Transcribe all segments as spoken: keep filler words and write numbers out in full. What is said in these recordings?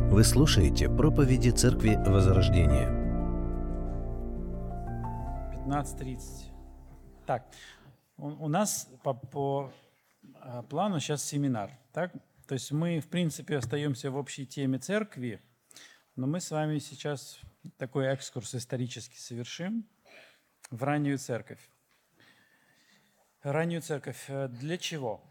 Вы слушаете проповеди Церкви Возрождения. пятнадцать тридцать. Так, у, у нас по, по а, плану сейчас семинар, так? То есть мы, в принципе, остаемся в общей теме церкви, но мы с вами сейчас такой экскурс исторически совершим в раннюю церковь. Раннюю церковь для чего?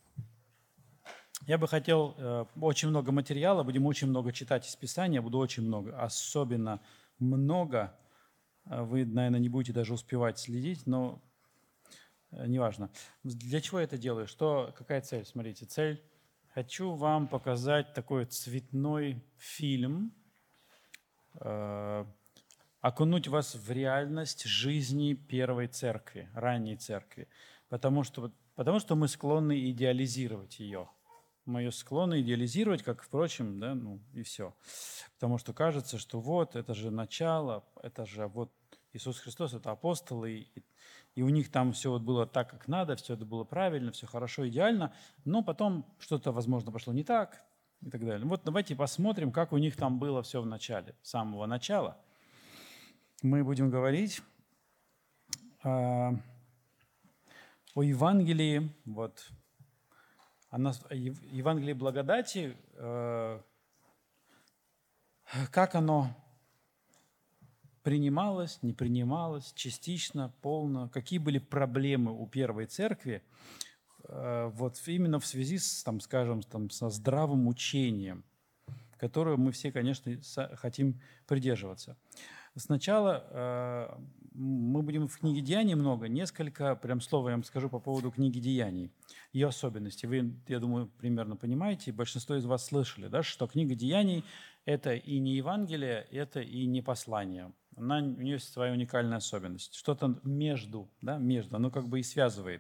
Я бы хотел, э, очень много материала, будем очень много читать из Писания, буду очень много, особенно много, вы, наверное, не будете даже успевать следить, но э, неважно. Для чего я это делаю? Что, какая цель? Смотрите, цель. Хочу вам показать такой цветной фильм, э, окунуть вас в реальность жизни первой церкви, ранней церкви, потому что, потому что мы склонны идеализировать ее. Мы ее склонны идеализировать, как, впрочем, да, ну и все. Потому что кажется, что вот, это же начало, это же вот Иисус Христос, это апостолы, и, и у них там все вот было так, как надо, все это было правильно, все хорошо, идеально, но потом что-то, возможно, пошло не так и так далее. Вот давайте посмотрим, как у них там было все в начале, с самого начала. Мы будем говорить о, о Евангелии, вот, Евангелии благодати, как оно принималось, не принималось, частично, полно, какие были проблемы у первой церкви, вот именно в связи с, там, скажем, там, со здравым учением, которого мы все, конечно, хотим придерживаться. Сначала э, мы будем в книге Деяний много, несколько, прям слова я вам скажу по поводу книги Деяний, ее особенности. Вы, я думаю, примерно понимаете, большинство из вас слышали, да, что книга Деяний – это и не Евангелие, это и не послание. Она, у нее есть своя уникальная особенность. Что-то между, да, между, оно как бы и связывает.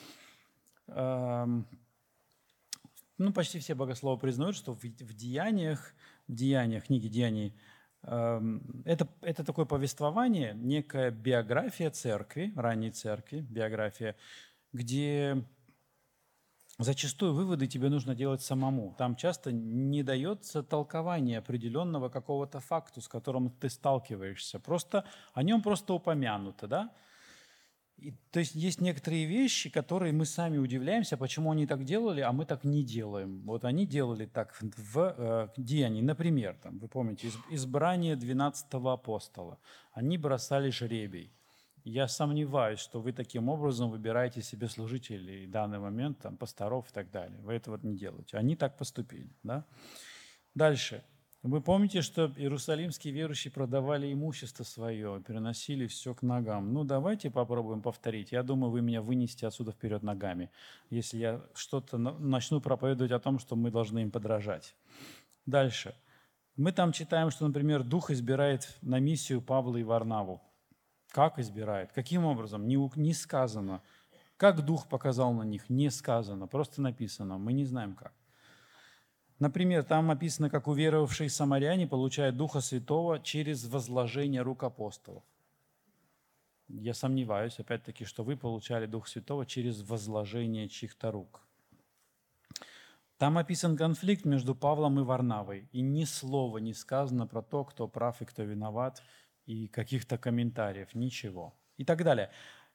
Эм, ну, почти все богословы признают, что в, в Деяниях, в Деяниях, книге Деяний, Это, это такое повествование, некая биография церкви, ранней церкви, биография, где зачастую выводы тебе нужно делать самому. Там часто не дается толкование определенного какого-то факту, с которым ты сталкиваешься. Просто о нем просто упомянуто, да? И, то есть есть некоторые вещи, которые мы сами удивляемся, почему они так делали, а мы так не делаем. Вот они делали так в э, Деянии. Например, там, вы помните, избрание двенадцатого апостола. Они бросали жребий. Я сомневаюсь, что вы таким образом выбираете себе служителей в данный момент, там, пасторов и так далее. Вы этого не делаете. Они так поступили. Да? Дальше. Вы помните, что иерусалимские верующие продавали имущество свое, переносили все к ногам. Ну, давайте попробуем повторить. Я думаю, вы меня вынесете отсюда вперед ногами, если я что-то начну проповедовать о том, что мы должны им подражать. Дальше. Мы там читаем, что, например, Дух избирает на миссию Павла и Варнаву. Как избирает? Каким образом? Не, не сказано. Как Дух показал на них? Не сказано. Просто написано. Мы не знаем как. Например, там описано, как уверовавшие самаряне получают Духа Святого через возложение рук апостолов. Я сомневаюсь, опять-таки, что вы получали Духа Святого через возложение чьих-то рук. Там описан конфликт между Павлом и Варнавой, и ни слова не сказано про то, кто прав и кто виноват, и каких-то комментариев, ничего. И так далее.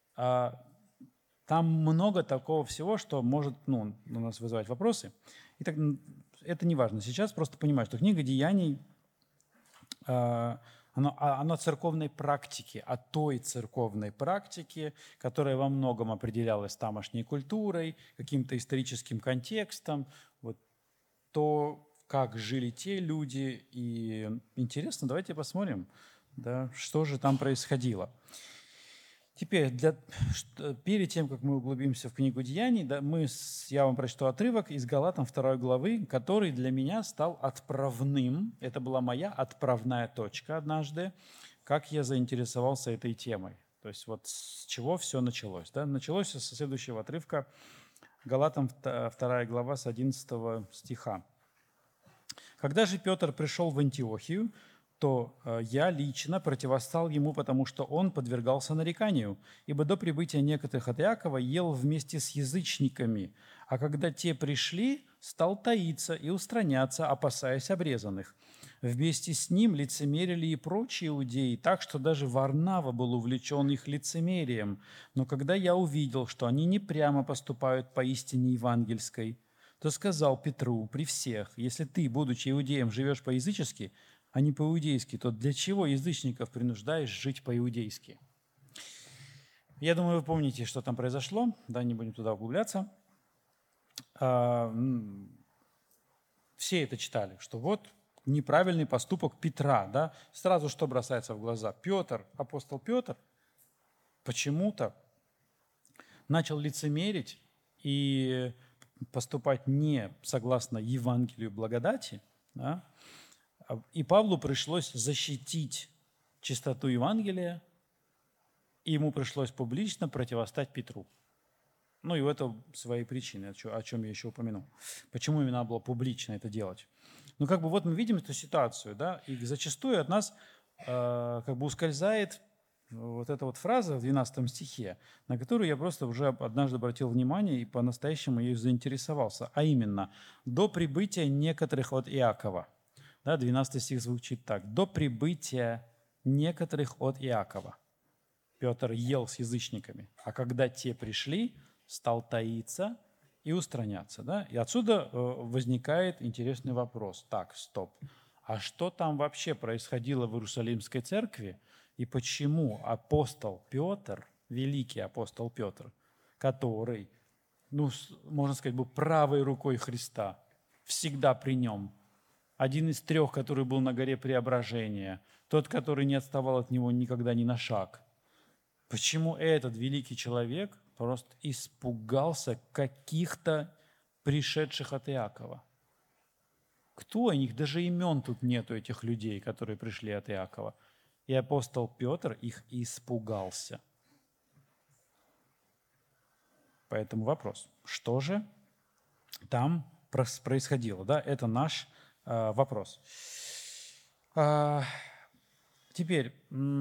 Там много такого всего, что может, ну, у нас вызывать вопросы. Итак, это не важно. Сейчас просто понимаю, что книга Деяний, э, она, она о церковной практике, о той церковной практике, которая во многом определялась тамошней культурой, каким-то историческим контекстом, вот то, как жили те люди. И интересно, давайте посмотрим, да, что же там происходило. Теперь, для, что, перед тем, как мы углубимся в книгу Деяний, да, мы, я вам прочту отрывок из Галатам второй главы, который для меня стал отправным. Это была моя отправная точка однажды, как я заинтересовался этой темой. То есть вот с чего все началось. Да? Началось со следующего отрывка, Галатам вторая глава с одиннадцатого стиха. «Когда же Петр пришел в Антиохию, то я лично противостал ему, потому что он подвергался нареканию, ибо до прибытия некоторых от Иакова ел вместе с язычниками, а когда те пришли, стал таиться и устраняться, опасаясь обрезанных. Вместе с ним лицемерили и прочие иудеи, так что даже Варнава был увлечен их лицемерием. Но когда я увидел, что они не прямо поступают по истине евангельской, то сказал Петру при всех: если ты, будучи иудеем, живешь по-язычески, а не по-иудейски, то для чего язычников принуждаешь жить по-иудейски? Я думаю, вы помните, что там произошло, да, не будем туда углубляться. А, все это читали, что вот неправильный поступок Петра, да, сразу что бросается в глаза? Петр, апостол Петр, почему-то начал лицемерить и поступать не согласно Евангелию благодати, да, и Павлу пришлось защитить чистоту Евангелия, и ему пришлось публично противостать Петру. Ну и у этого свои причины, о чем я еще упомянул. Почему именно надо было публично это делать? Ну как бы вот мы видим эту ситуацию, да, и зачастую от нас э, как бы ускользает вот эта вот фраза в двенадцатом стихе, на которую я просто уже однажды обратил внимание и по-настоящему ею заинтересовался, а именно «до прибытия некоторых от Иакова». Да, двенадцатый стих звучит так: «До прибытия некоторых от Иакова». Петр ел с язычниками, а когда те пришли, стал таиться и устраняться. Да? И отсюда возникает интересный вопрос. Так, стоп. А что там вообще происходило в Иерусалимской церкви? И почему апостол Петр, великий апостол Петр, который, ну, можно сказать, был правой рукой Христа, всегда при нем, один из трех, который был на горе Преображения, тот, который не отставал от него никогда ни на шаг, почему этот великий человек просто испугался каких-то пришедших от Иакова? Кто у них? Даже имен тут нету, этих людей, которые пришли от Иакова. И апостол Петр их испугался. Поэтому вопрос: что же там происходило? Да, это наш э, вопрос. А, теперь,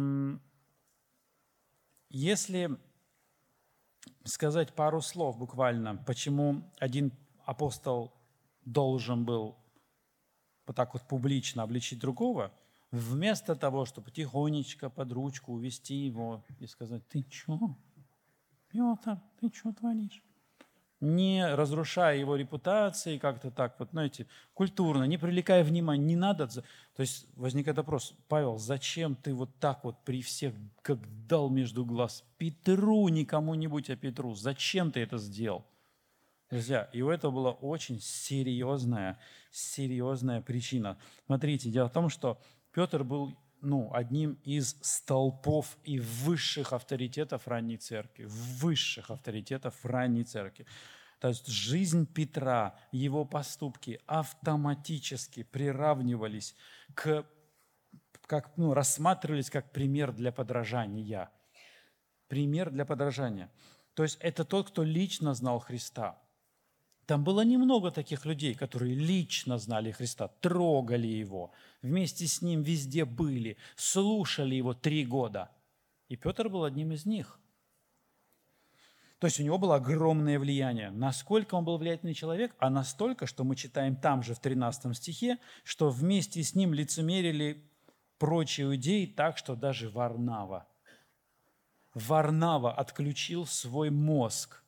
если сказать пару слов буквально, почему один апостол должен был вот так вот публично обличить другого, вместо того, чтобы тихонечко под ручку увести его и сказать: ты что, Петр, ты что творишь? Не разрушая его репутации, как-то так вот, знаете, культурно, не привлекая внимания, не надо. То есть возникает вопрос: Павел, зачем ты вот так вот при всех, как дал между глаз Петру, не кому-нибудь, а Петру? Зачем ты это сделал? Друзья, и у этого была очень серьезная, серьезная причина. Смотрите, дело в том, что Петр был ну, одним из столпов и высших авторитетов ранней церкви, высших авторитетов ранней церкви. То есть жизнь Петра, его поступки автоматически приравнивались к, как, ну, рассматривались как пример для подражания. Пример для подражания. То есть это тот, кто лично знал Христа. Там было немного таких людей, которые лично знали Христа, трогали Его, вместе с Ним везде были, слушали Его три года. И Петр был одним из них. То есть у него было огромное влияние. Насколько он был влиятельный человек? А настолько, что мы читаем там же в тринадцатом стихе, что вместе с ним лицемерили прочие иудеи так, что даже Варнава. Варнава отключил свой мозг.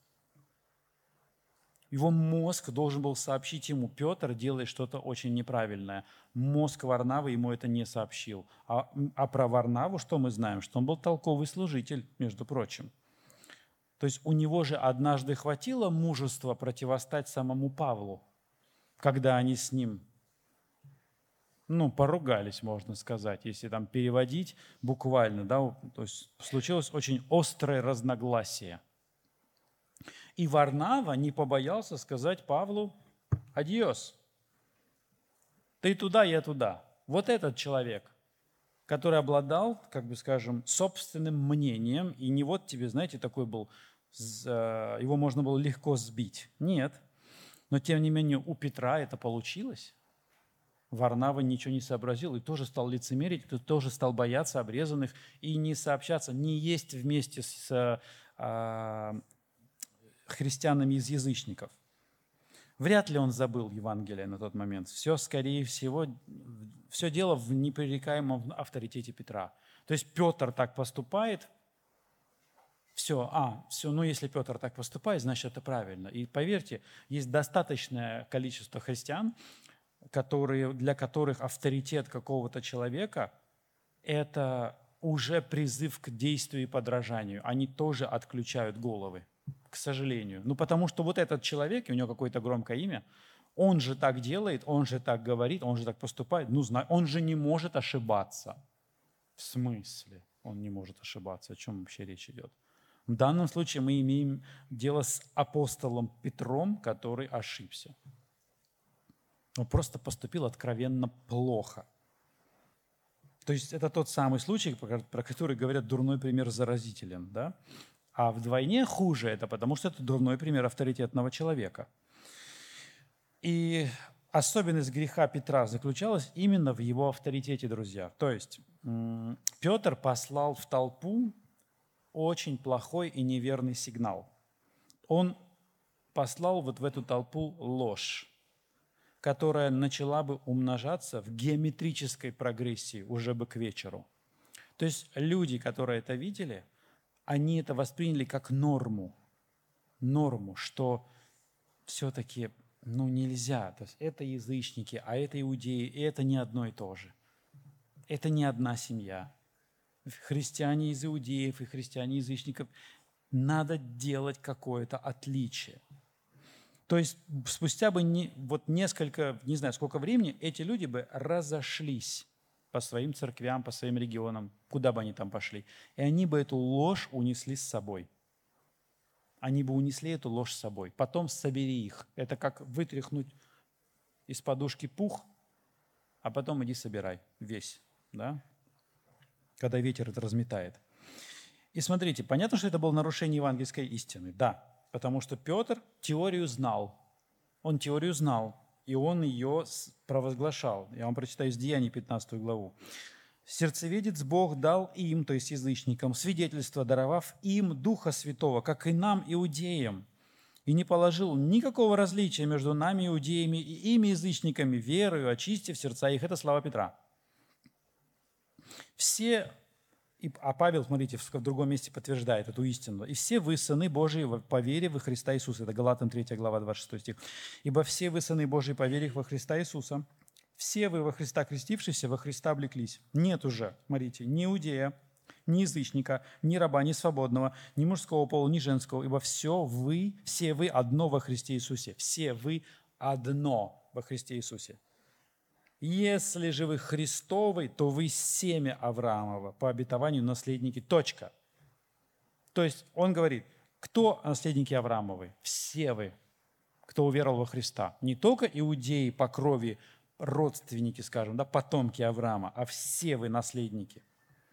Его мозг должен был сообщить ему: Петр делает что-то очень неправильное. Мозг Варнавы ему это не сообщил. А, а про Варнаву что мы знаем? Что он был толковый служитель, между прочим. То есть у него же однажды хватило мужества противостать самому Павлу, когда они с ним, ну, поругались, можно сказать, если там переводить буквально, да, то есть случилось очень острое разногласие. И Варнава не побоялся сказать Павлу: «Адьос, ты туда, я туда». Вот этот человек, который обладал, как бы скажем, собственным мнением, и не вот тебе, знаете, такой был, его можно было легко сбить. Нет. Но тем не менее у Петра это получилось. Варнава ничего не сообразил и тоже стал лицемерить, тоже стал бояться обрезанных и не сообщаться, не есть вместе с христианами из язычников. Вряд ли он забыл Евангелие на тот момент. Все, скорее всего, все дело в непререкаемом авторитете Петра. То есть Петр так поступает, все, а, все, ну если Петр так поступает, значит это правильно. И поверьте, есть достаточное количество христиан, которые, для которых авторитет какого-то человека – это уже призыв к действию и подражанию. Они тоже отключают головы, к сожалению. Ну, потому что вот этот человек, у него какое-то громкое имя, он же так делает, он же так говорит, он же так поступает. Ну, он же не может ошибаться. В смысле он не может ошибаться? О чем вообще речь идет? В данном случае мы имеем дело с апостолом Петром, который ошибся. Он просто поступил откровенно плохо. То есть это тот самый случай, про который говорят, дурной пример заразителен. Да? А вдвойне хуже это, потому что это дурной пример авторитетного человека. И особенность греха Петра заключалась именно в его авторитете, друзья. То есть Петр послал в толпу очень плохой и неверный сигнал. Он послал вот в эту толпу ложь, которая начала бы умножаться в геометрической прогрессии уже бы к вечеру. То есть люди, которые это видели, они это восприняли как норму, норму, что все-таки ну, нельзя. То есть это язычники, а это иудеи, и это не одно и то же. Это не одна семья. Христиане из иудеев и христиане язычников. Надо делать какое-то отличие. То есть спустя бы не, вот несколько, не знаю сколько времени, эти люди бы разошлись по своим церквям, по своим регионам, куда бы они там пошли. И они бы эту ложь унесли с собой. Они бы унесли эту ложь с собой. Потом собери их. Это как вытряхнуть из подушки пух, а потом иди собирай весь, да? Когда ветер это разметает. И смотрите, понятно, что это было нарушение евангельской истины, да, потому что Петр теорию знал. Он теорию знал, и он ее провозглашал. Я вам прочитаю из Деяний пятнадцатую главу. «Сердцеведец Бог дал им, то есть язычникам, свидетельство, даровав им Духа Святого, как и нам, иудеям, и не положил никакого различия между нами, иудеями, и ими, язычниками, верою, очистив сердца их». Это слова Петра. Все, а Павел, смотрите, в другом месте подтверждает эту истину. «И все вы, сыны Божии, по вере во Христа Иисуса». Это Галатам третья глава, двадцать шестой стих. «Ибо все вы, сыны Божии, по вере во Христа Иисуса, все вы во Христа крестившиеся, во Христа облеклись». Нет уже, смотрите, ни иудея, ни язычника, ни раба, ни свободного, ни мужского пола, ни женского, ибо все вы, все вы одно во Христе Иисусе. Все вы одно во Христе Иисусе. «Если же вы Христовы, то вы семя Авраамова, по обетованию наследники». Точка. То есть он говорит, кто наследники Авраамовы? Все вы, кто уверовал во Христа. Не только иудеи по крови, родственники, скажем, да, потомки Авраама, а все вы наследники.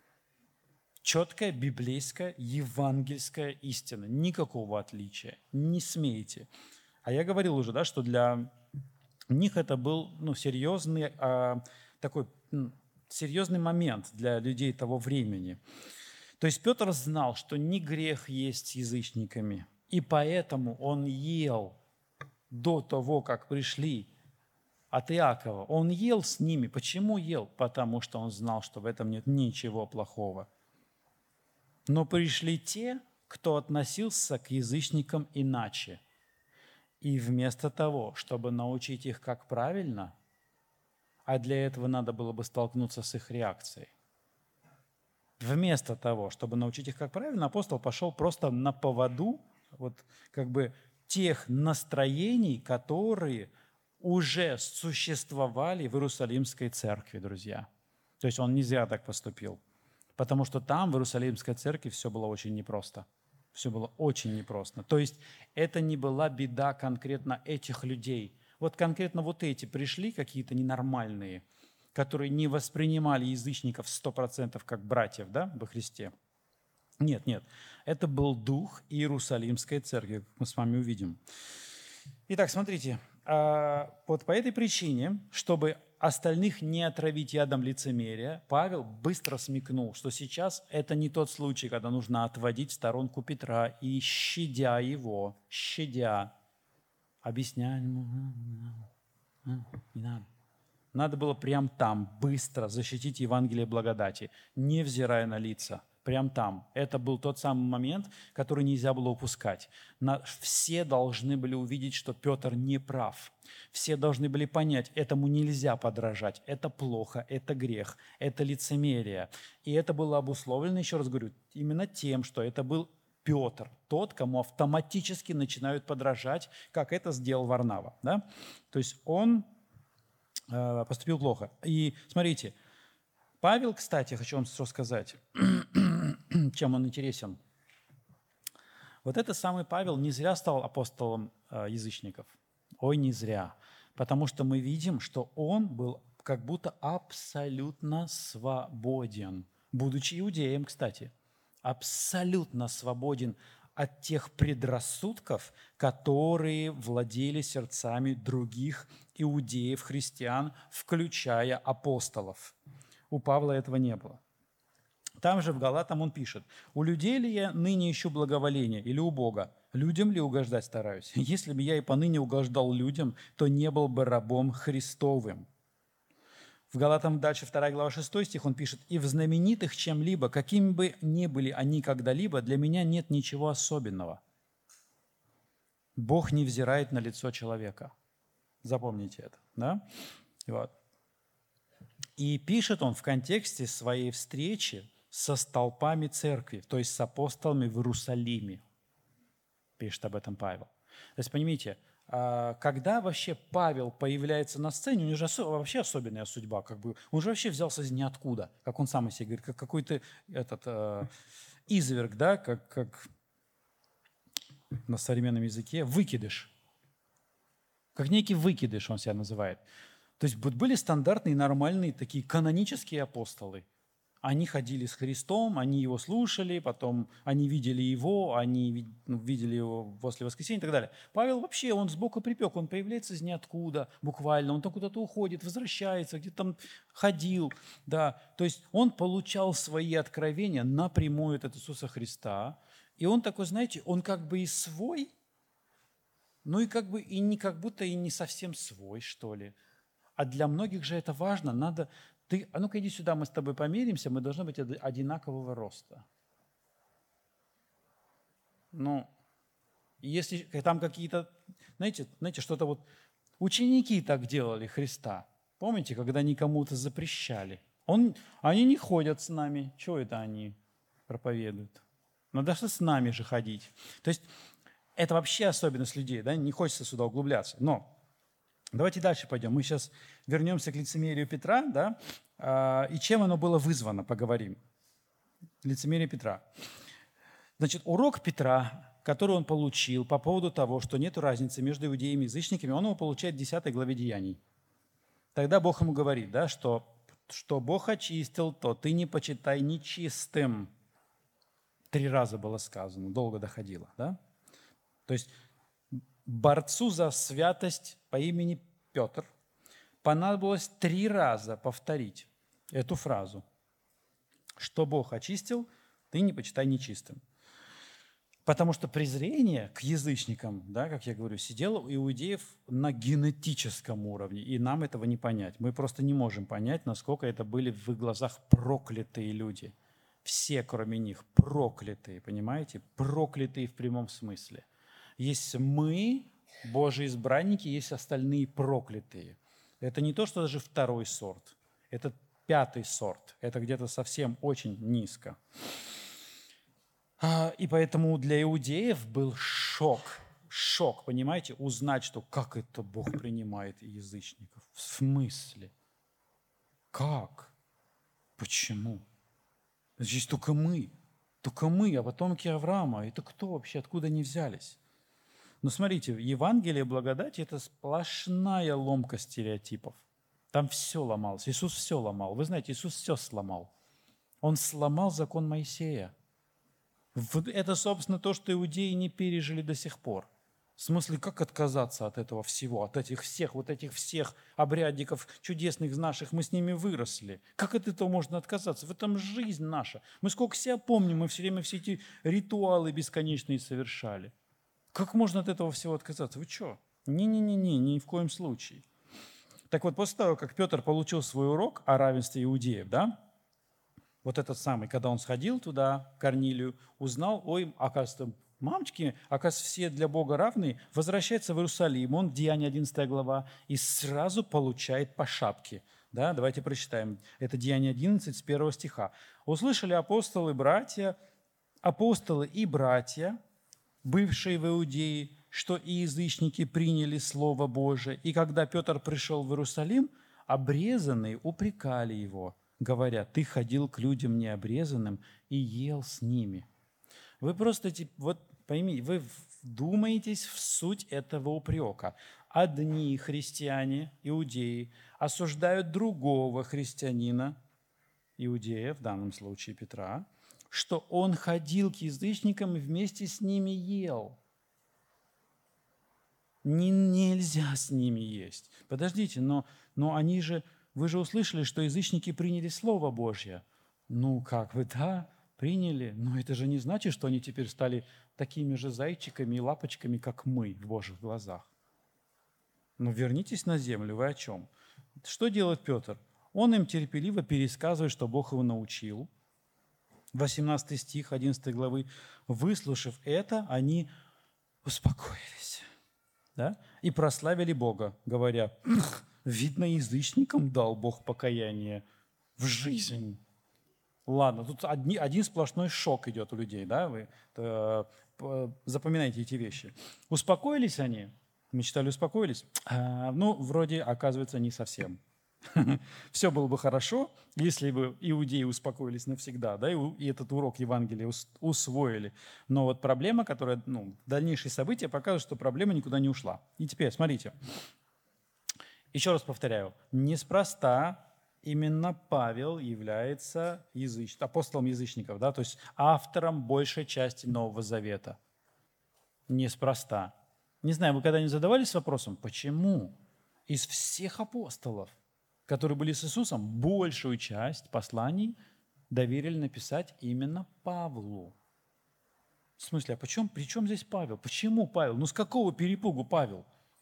Четкая библейская, евангельская истина. Никакого отличия. Не смейте. А я говорил уже, да, что для них это был ну, серьезный, а, такой, ну, серьезный момент для людей того времени. То есть Петр знал, что не грех есть с язычниками, и поэтому он ел до того, как пришли от Иакова. Он ел с ними. Почему ел? Потому что он знал, что в этом нет ничего плохого. Но пришли те, кто относился к язычникам иначе. И вместо того, чтобы научить их, как правильно, а для этого надо было бы столкнуться с их реакцией, вместо того, чтобы научить их, как правильно, апостол пошел просто на поводу вот, как бы, тех настроений, которые уже существовали в Иерусалимской церкви, друзья. То есть он не зря так поступил, потому что там, в Иерусалимской церкви, все было очень непросто. Все было очень непросто. То есть это не была беда конкретно этих людей. Вот конкретно вот эти пришли какие-то ненормальные, которые не воспринимали язычников сто процентов как братьев, да, во Христе. Нет, нет. Это был дух Иерусалимской церкви, как мы с вами увидим. Итак, смотрите. Вот по этой причине, чтобы остальных не отравить ядом лицемерия, Павел быстро смекнул, что сейчас это не тот случай, когда нужно отводить в сторонку Петра и, щадя его, щадя, объяснять. Не надо. Надо было прям там, быстро защитить Евангелие благодати, невзирая на лица. Прям там. Это был тот самый момент, который нельзя было упускать. На- Все должны были увидеть, что Петр не прав. Все должны были понять, этому нельзя подражать. Это плохо, это грех, это лицемерие. И это было обусловлено, еще раз говорю, именно тем, что это был Петр, тот, кому автоматически начинают подражать, как это сделал Варнава. Да? То есть он э, поступил плохо. И смотрите, Павел, кстати, хочу вам что сказать, чем он интересен. Вот этот самый Павел не зря стал апостолом э, язычников. Ой, не зря. Потому что мы видим, что он был как будто абсолютно свободен, будучи иудеем, кстати. Абсолютно свободен от тех предрассудков, которые владели сердцами других иудеев, христиан, включая апостолов. У Павла этого не было. Там же в Галатам он пишет: «У людей ли я ныне ищу благоволения или у Бога? Людям ли угождать стараюсь? Если бы я и поныне угождал людям, то не был бы рабом Христовым». В Галатам дальше, вторая глава, шестой стих, он пишет: «И в знаменитых чем-либо, какими бы ни были они когда-либо, для меня нет ничего особенного». Бог не взирает на лицо человека. Запомните это. Да? Вот. И пишет он в контексте своей встречи со столпами церкви, то есть с апостолами в Иерусалиме. Пишет об этом Павел. То есть, понимаете, когда вообще Павел появляется на сцене, у него же вообще особенная судьба. Как бы, он же вообще взялся из ниоткуда, как он сам о себе говорит, как какой-то этот, э, изверг, да, как, как на современном языке, выкидыш. Как некий выкидыш он себя называет. То есть были стандартные, нормальные, такие канонические апостолы. Они ходили с Христом, они его слушали, потом они видели его, они видели его после воскресения и так далее. Павел вообще, он сбоку припек, он появляется из ниоткуда буквально, он то куда-то уходит, возвращается, где-то там ходил. Да. То есть он получал свои откровения напрямую от Иисуса Христа. И он такой, знаете, он как бы и свой, ну и как бы и не как будто и не совсем свой, что ли. А для многих же это важно. Надо, ты, а ну-ка иди сюда, мы с тобой помиримся, мы должны быть одинакового роста. Ну, если там какие-то, знаете, знаете, что-то вот ученики так делали Христа. Помните, когда они кому-то запрещали? Он, они не ходят с нами. Чего это они проповедуют? Надо что с нами же ходить. То есть это вообще особенность людей, да? Не хочется сюда углубляться. Но давайте дальше пойдем. Мы сейчас вернемся к лицемерию Петра, да, и чем оно было вызвано, поговорим. Лицемерие Петра. Значит, урок Петра, который он получил по поводу того, что нет разницы между иудеями и язычниками, он его получает в десятой главе Деяний. Тогда Бог ему говорит, да, что, что Бог очистил, то ты не почитай нечистым. Три раза было сказано, долго доходило, да? То есть борцу за святость по имени Петр понадобилось три раза повторить эту фразу, что Бог очистил, ты не почитай нечистым. Потому что презрение к язычникам, да, как я говорю, сидело у иудеев на генетическом уровне, и нам этого не понять. Мы просто не можем понять, насколько это были в их глазах проклятые люди. Все, кроме них, проклятые, понимаете? Проклятые в прямом смысле. Есть мы, Божьи избранники, есть остальные проклятые. Это не то, что даже второй сорт. Это пятый сорт. Это где-то совсем очень низко. И поэтому для иудеев был шок. Шок, понимаете? Узнать, что как это Бог принимает язычников. В смысле? Как? Почему? Здесь только мы. Только мы, а потомки Авраама. Это кто вообще? Откуда они взялись? Но смотрите, Евангелие благодати – это сплошная ломка стереотипов. Там все ломалось. Иисус все ломал. Вы знаете, Иисус все сломал. Он сломал закон Моисея. Это, собственно, то, что иудеи не пережили до сих пор. В смысле, как отказаться от этого всего, от этих всех, вот этих всех обрядников чудесных наших, мы с ними выросли. Как от этого можно отказаться? В этом жизнь наша. Мы сколько себя помним, мы все время все эти ритуалы бесконечные совершали. Как можно от этого всего отказаться? Вы что? Не-не-не, ни в коем случае. Так вот, после того, как Петр получил свой урок о равенстве иудеев, да, вот этот самый, когда он сходил туда, к Корнилию, узнал, ой, оказывается, мамочки, оказывается, все для Бога равны, возвращается в Иерусалим, он, Деяние одиннадцатая глава, и сразу получает по шапке. Да, давайте прочитаем. Это Деяние одиннадцать с первого стиха. «Услышали апостолы, братья, апостолы и братья, бывшие в Иудее, что и язычники приняли Слово Божие. И когда Петр пришел в Иерусалим, обрезанные упрекали его, говоря, ты ходил к людям необрезанным и ел с ними». Вы просто, вот поймите, вы вдумаетесь в суть этого упрека. Одни христиане, иудеи, осуждают другого христианина, иудея, в данном случае Петра, что он ходил к язычникам и вместе с ними ел. Не, нельзя с ними есть. Подождите, но, но они же, вы же услышали, что язычники приняли Слово Божье. Ну, как вы, да, приняли, но это же не значит, что они теперь стали такими же зайчиками и лапочками, как мы в Божьих глазах. Но вернитесь на землю, вы о чем? Что делает Петр? Он им терпеливо пересказывает, что Бог его научил. восемнадцатый стих одиннадцатой главы. Выслушав это, они успокоились, да? И прославили Бога, говоря, видно, язычникам дал Бог покаяние в жизнь. Ладно, тут одни, один сплошной шок идет у людей, да? Вы э, запоминайте эти вещи. Успокоились они? Мы читали, успокоились? А, ну, вроде, оказывается, не совсем. Все было бы хорошо, если бы иудеи успокоились навсегда, да, и этот урок Евангелия усвоили. Но вот проблема, которая, ну, дальнейшие события показывают, что проблема никуда не ушла. И теперь, смотрите, еще раз повторяю, неспроста именно Павел является языч... апостолом язычников, да, то есть автором большей части Нового Завета. Неспроста. Не знаю, вы когда-нибудь задавались вопросом, почему из всех апостолов, которые были с Иисусом, большую часть посланий доверили написать именно Павлу? В смысле, а почему, при чем здесь Павел? Почему Павел? Ну с какого перепугу Павел?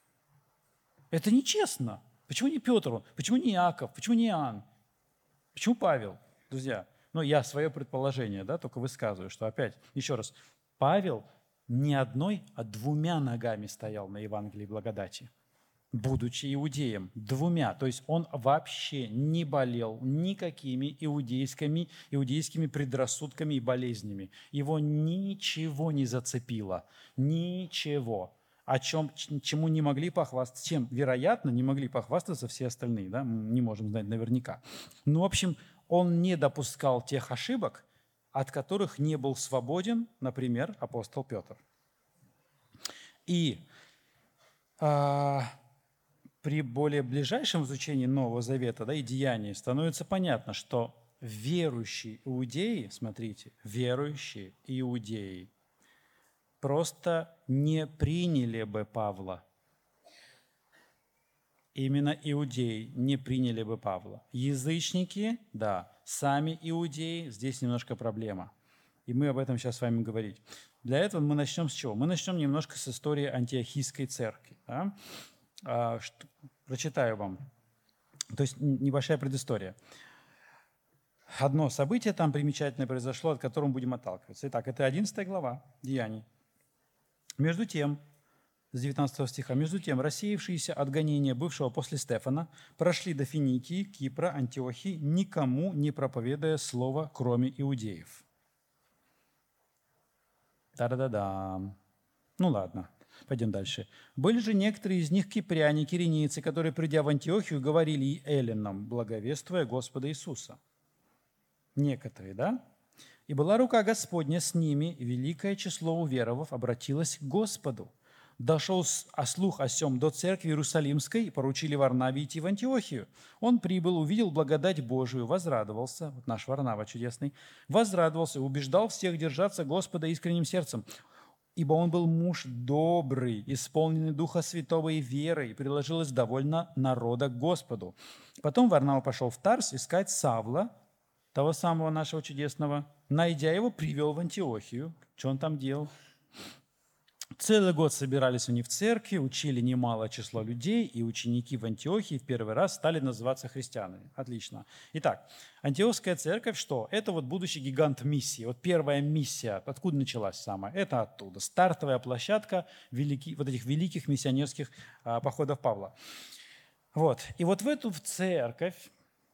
Это нечестно. Почему не Петр? Почему не Иаков? Почему не Иоанн? Почему Павел? Друзья, ну я свое предположение, да, только высказываю, что опять, еще раз, Павел не одной, а двумя ногами стоял на Евангелии благодати, будучи иудеем, двумя. То есть он вообще не болел никакими иудейскими, иудейскими предрассудками и болезнями. Его ничего не зацепило. Ничего. О чем, чему не могли похвастаться, чем, вероятно, не могли похвастаться все остальные. Да? Мы не можем знать наверняка. Ну, в общем, он не допускал тех ошибок, от которых не был свободен, например, апостол Петр. И а, при более ближайшем изучении Нового Завета, да, и Деяний становится понятно, что верующие иудеи, смотрите, верующие иудеи просто не приняли бы Павла. Именно иудеи не приняли бы Павла. Язычники, да, сами иудеи, здесь немножко проблема. И мы об этом сейчас с вами говорить. Для этого мы начнем с чего? Мы начнем немножко с истории Антиохийской церкви. Да? А, что, прочитаю вам. То есть небольшая предыстория. Одно событие там примечательное произошло, от которого мы будем отталкиваться. Итак, это одиннадцатая глава Деяний. Между тем, с девятнадцатого стиха, между тем, рассеявшиеся от гонения бывшего после Стефана прошли до Финикии, Кипра, Антиохии, никому не проповедуя слово, кроме иудеев. Да-да-да-да. Ну ладно, пойдем дальше. Были же некоторые из них кипряне, киренийцы, которые, придя в Антиохию, говорили и эллинам, благовествуя Господа Иисуса. Некоторые, да? И была рука Господня с ними, и великое число уверовав обратилось к Господу. Дошел слух о сем до церкви Иерусалимской, и поручили Варнаве идти в Антиохию. Он прибыл, увидел благодать Божию, возрадовался, вот наш Варнава чудесный, возрадовался, убеждал всех держаться Господа искренним сердцем, ибо он был муж добрый, исполненный Духа Святого и верой, и приложилось довольно народа к Господу. Потом Варнава пошел в Тарс искать Савла, того самого нашего чудесного, найдя его, привел в Антиохию. Что он там делал? Целый год собирались они в церкви, учили немалое число людей, и ученики в Антиохии в первый раз стали называться христианами. Отлично. Итак, Антиохская церковь что? Это вот будущий гигант миссии. Вот первая миссия, откуда началась самая? Это оттуда. Стартовая площадка велики, вот этих великих миссионерских а, походов Павла. Вот. И вот в эту в церковь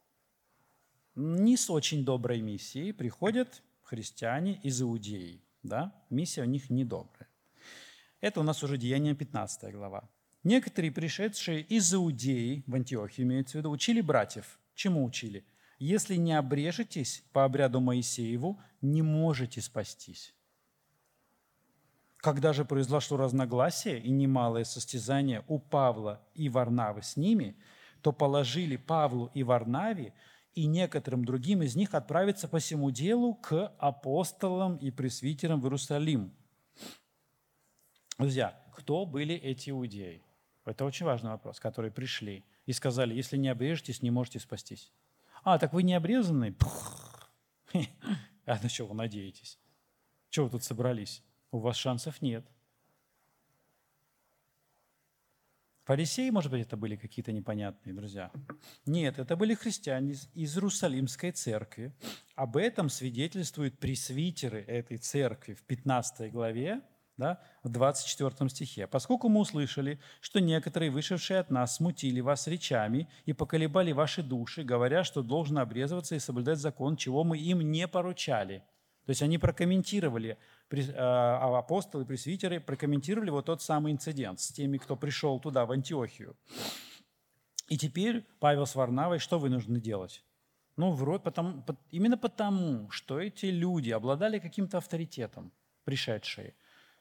не с очень доброй миссией приходят христиане из Иудеи. Да? Миссия у них недобрая. Это у нас уже Деяния пятнадцатая глава. Некоторые, пришедшие из Иудеи, в Антиохию имеется в виду, учили братьев. Чему учили? Если не обрежетесь по обряду Моисееву, не можете спастись. Когда же произошло разногласие и немалое состязание у Павла и Варнавы с ними, то положили Павлу и Варнаве и некоторым другим из них отправиться по всему делу к апостолам и пресвитерам в Иерусалим. Друзья, кто были эти иудеи? Это очень важный вопрос, которые пришли и сказали, если не обрежетесь, не можете спастись. А, так вы не обрезаны? А на что вы надеетесь? Чего вы тут собрались? У вас шансов нет. Фарисеи, может быть, это были какие-то непонятные, друзья? Нет, это были христиане из Иерусалимской церкви. Об этом свидетельствуют пресвитеры этой церкви в пятнадцатой главе, да, в двадцать четвёртом стихе. «Поскольку мы услышали, что некоторые, вышедшие от нас, смутили вас речами и поколебали ваши души, говоря, что должно обрезываться и соблюдать закон, чего мы им не поручали». То есть они прокомментировали, а апостолы, пресвитеры прокомментировали вот тот самый инцидент с теми, кто пришел туда, в Антиохию. И теперь Павел с Варнавой что вынуждены делать? Ну, вроде потому, именно потому, что эти люди обладали каким-то авторитетом, пришедшие.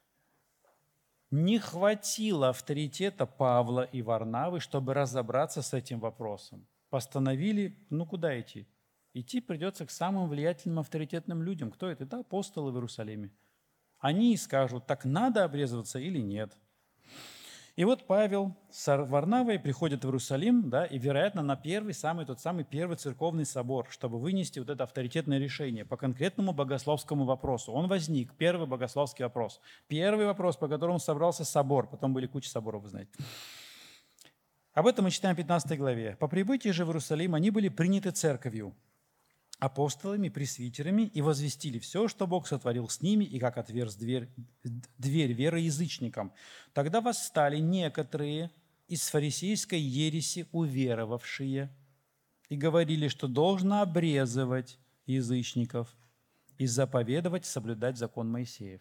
Не хватило авторитета Павла и Варнавы, чтобы разобраться с этим вопросом. Постановили, ну куда идти? Идти придется к самым влиятельным авторитетным людям. Кто это? Это апостолы в Иерусалиме. Они скажут, так надо обрезываться или нет. И вот Павел с Варнавой приходят в Иерусалим, да, и, вероятно, на первый, самый тот самый первый церковный собор, чтобы вынести вот это авторитетное решение по конкретному богословскому вопросу. Он возник, первый богословский вопрос. Первый вопрос, по которому собрался собор, потом были куча соборов, вы знаете. Об этом мы читаем в пятнадцатой главе. «По прибытии же в Иерусалим они были приняты церковью, апостолами, пресвитерами, и возвестили все, что Бог сотворил с ними, и как отверз дверь, дверь веры язычникам. Тогда восстали некоторые из фарисейской ереси уверовавшие и говорили, что должно обрезывать язычников и заповедовать соблюдать закон Моисеев».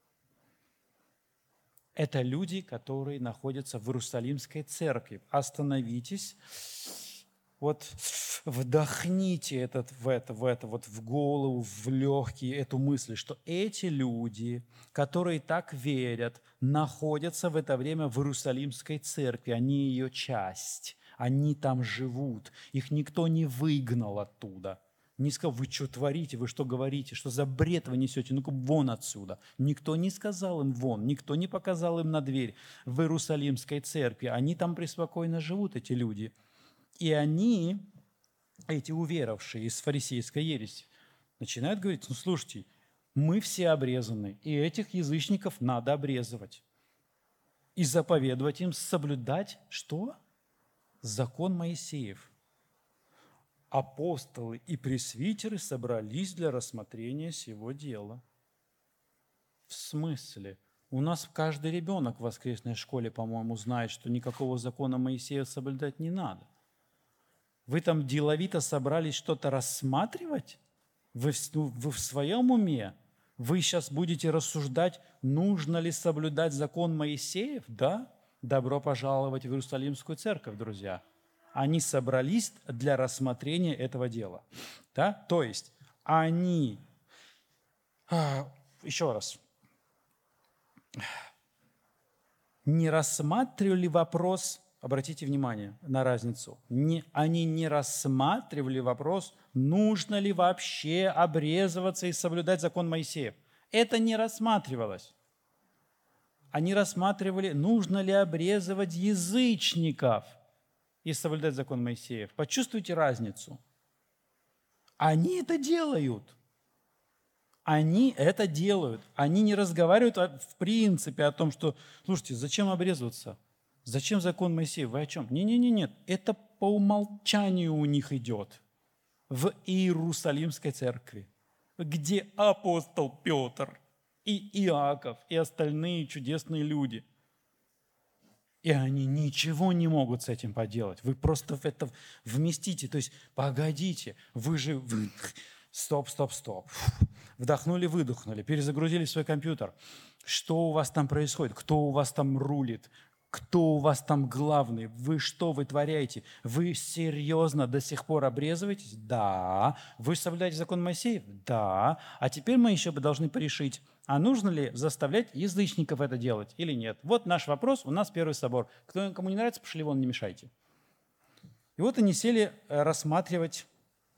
Это люди, которые находятся в Иерусалимской церкви. Остановитесь. Вот вдохните этот, в это, в это, вот в голову, в легкие эту мысль, что эти люди, которые так верят, находятся в это время в Иерусалимской церкви, они ее часть, они там живут, их никто не выгнал оттуда. Не сказал, вы что творите, вы что говорите, что за бред вы несете, ну-ка вон отсюда. Никто не сказал им вон, никто не показал им на дверь в Иерусалимской церкви, они там преспокойно живут, эти люди. И они, эти уверовавшие из фарисейской ереси, начинают говорить, ну слушайте, мы все обрезаны, и этих язычников надо обрезывать. И заповедовать им соблюдать что? Закон Моисеев. Апостолы и пресвитеры собрались для рассмотрения сего дела. В смысле? У нас каждый ребенок в воскресной школе, по-моему, знает, что никакого закона Моисея соблюдать не надо. Вы там деловито собрались что-то рассматривать? Вы в, вы в своем уме? Вы сейчас будете рассуждать, нужно ли соблюдать закон Моисеев? Да? Добро пожаловать в Иерусалимскую церковь, друзья. Они собрались для рассмотрения этого дела. Да? То есть они... Еще раз. Не рассматривали вопрос... Обратите внимание на разницу. Не, они не рассматривали вопрос, нужно ли вообще обрезываться и соблюдать закон Моисеев. Это не рассматривалось. Они рассматривали, нужно ли обрезывать язычников и соблюдать закон Моисеев. Почувствуйте разницу. Они это делают. Они это делают. Они не разговаривают в принципе о том, что, слушайте, зачем обрезываться? Зачем закон Моисея? Вы о чем? Не-не-не, нет. Это по умолчанию у них идет в Иерусалимской церкви, где апостол Петр и Иаков и остальные чудесные люди. И они ничего не могут с этим поделать. Вы просто в это вместите. То есть, погодите, вы же... Вы... Стоп, стоп, стоп. Вдохнули, выдохнули, перезагрузили свой компьютер. Что у вас там происходит? Кто у вас там рулит? Кто у вас там главный? Вы что вытворяете? Вы серьезно до сих пор обрезываетесь? Да. Вы соблюдаете закон Моисея? Да. А теперь мы еще бы должны порешить, а нужно ли заставлять язычников это делать или нет? Вот наш вопрос, у нас первый собор. Кто, кому не нравится, пошли вон, не мешайте. И вот они сели рассматривать,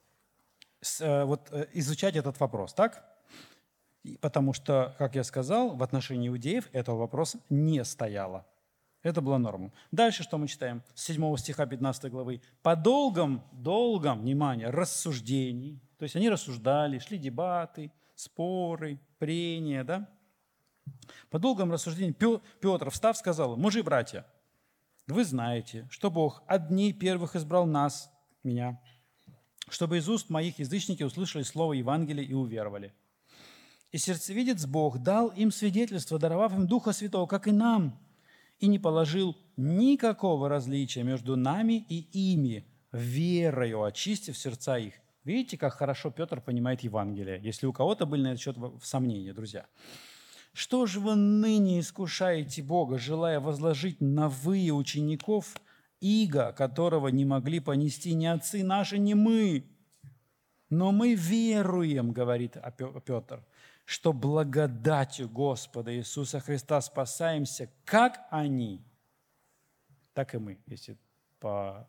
вот, изучать этот вопрос, так? Потому что, как я сказал, в отношении иудеев этого вопроса не стояло. Это была норма. Дальше что мы читаем? С седьмого стиха пятнадцатой главы. «По долгом, долгом, внимание, рассуждений». То есть они рассуждали, шли дебаты, споры, прения, да? По долгом рассуждению Петр, встав, сказал: «Мужи, братья, вы знаете, что Бог от дней первых избрал нас, меня, чтобы из уст моих язычники услышали слово Евангелия и уверовали. И сердцевидец Бог дал им свидетельство, даровав им Духа Святого, как и нам, и не положил никакого различия между нами и ими, верою очистив сердца их». Видите, как хорошо Петр понимает Евангелие, если у кого-то были на этот счет сомнения, друзья. «Что же вы ныне искушаете Бога, желая возложить на вы, учеников, иго, которого не могли понести ни отцы наши, ни мы? Но мы веруем, — говорит Петр, — что благодатью Господа Иисуса Христа спасаемся, как они, так и мы», если по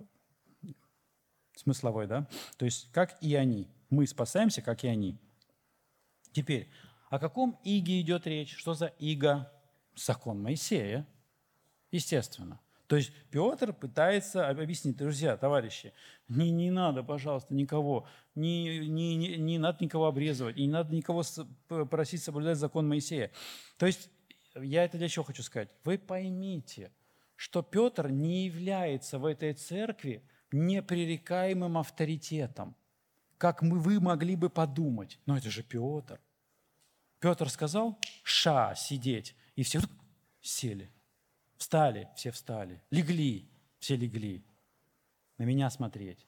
смысловой, да? То есть, как и они. Мы спасаемся, как и они. Теперь, о каком иге идет речь? Что за иго? Закон Моисея, естественно. То есть Петр пытается объяснить: друзья, товарищи, не, не надо, пожалуйста, никого, не, не, не, не надо никого обрезывать, и не надо никого просить соблюдать закон Моисея. То есть я это для чего хочу сказать? Вы поймите, что Петр не является в этой церкви непререкаемым авторитетом, как мы, вы могли бы подумать. Но это же Петр. Петр сказал: «Ша, сидеть», и все сели. Встали, все встали. Легли, все легли. На меня смотреть.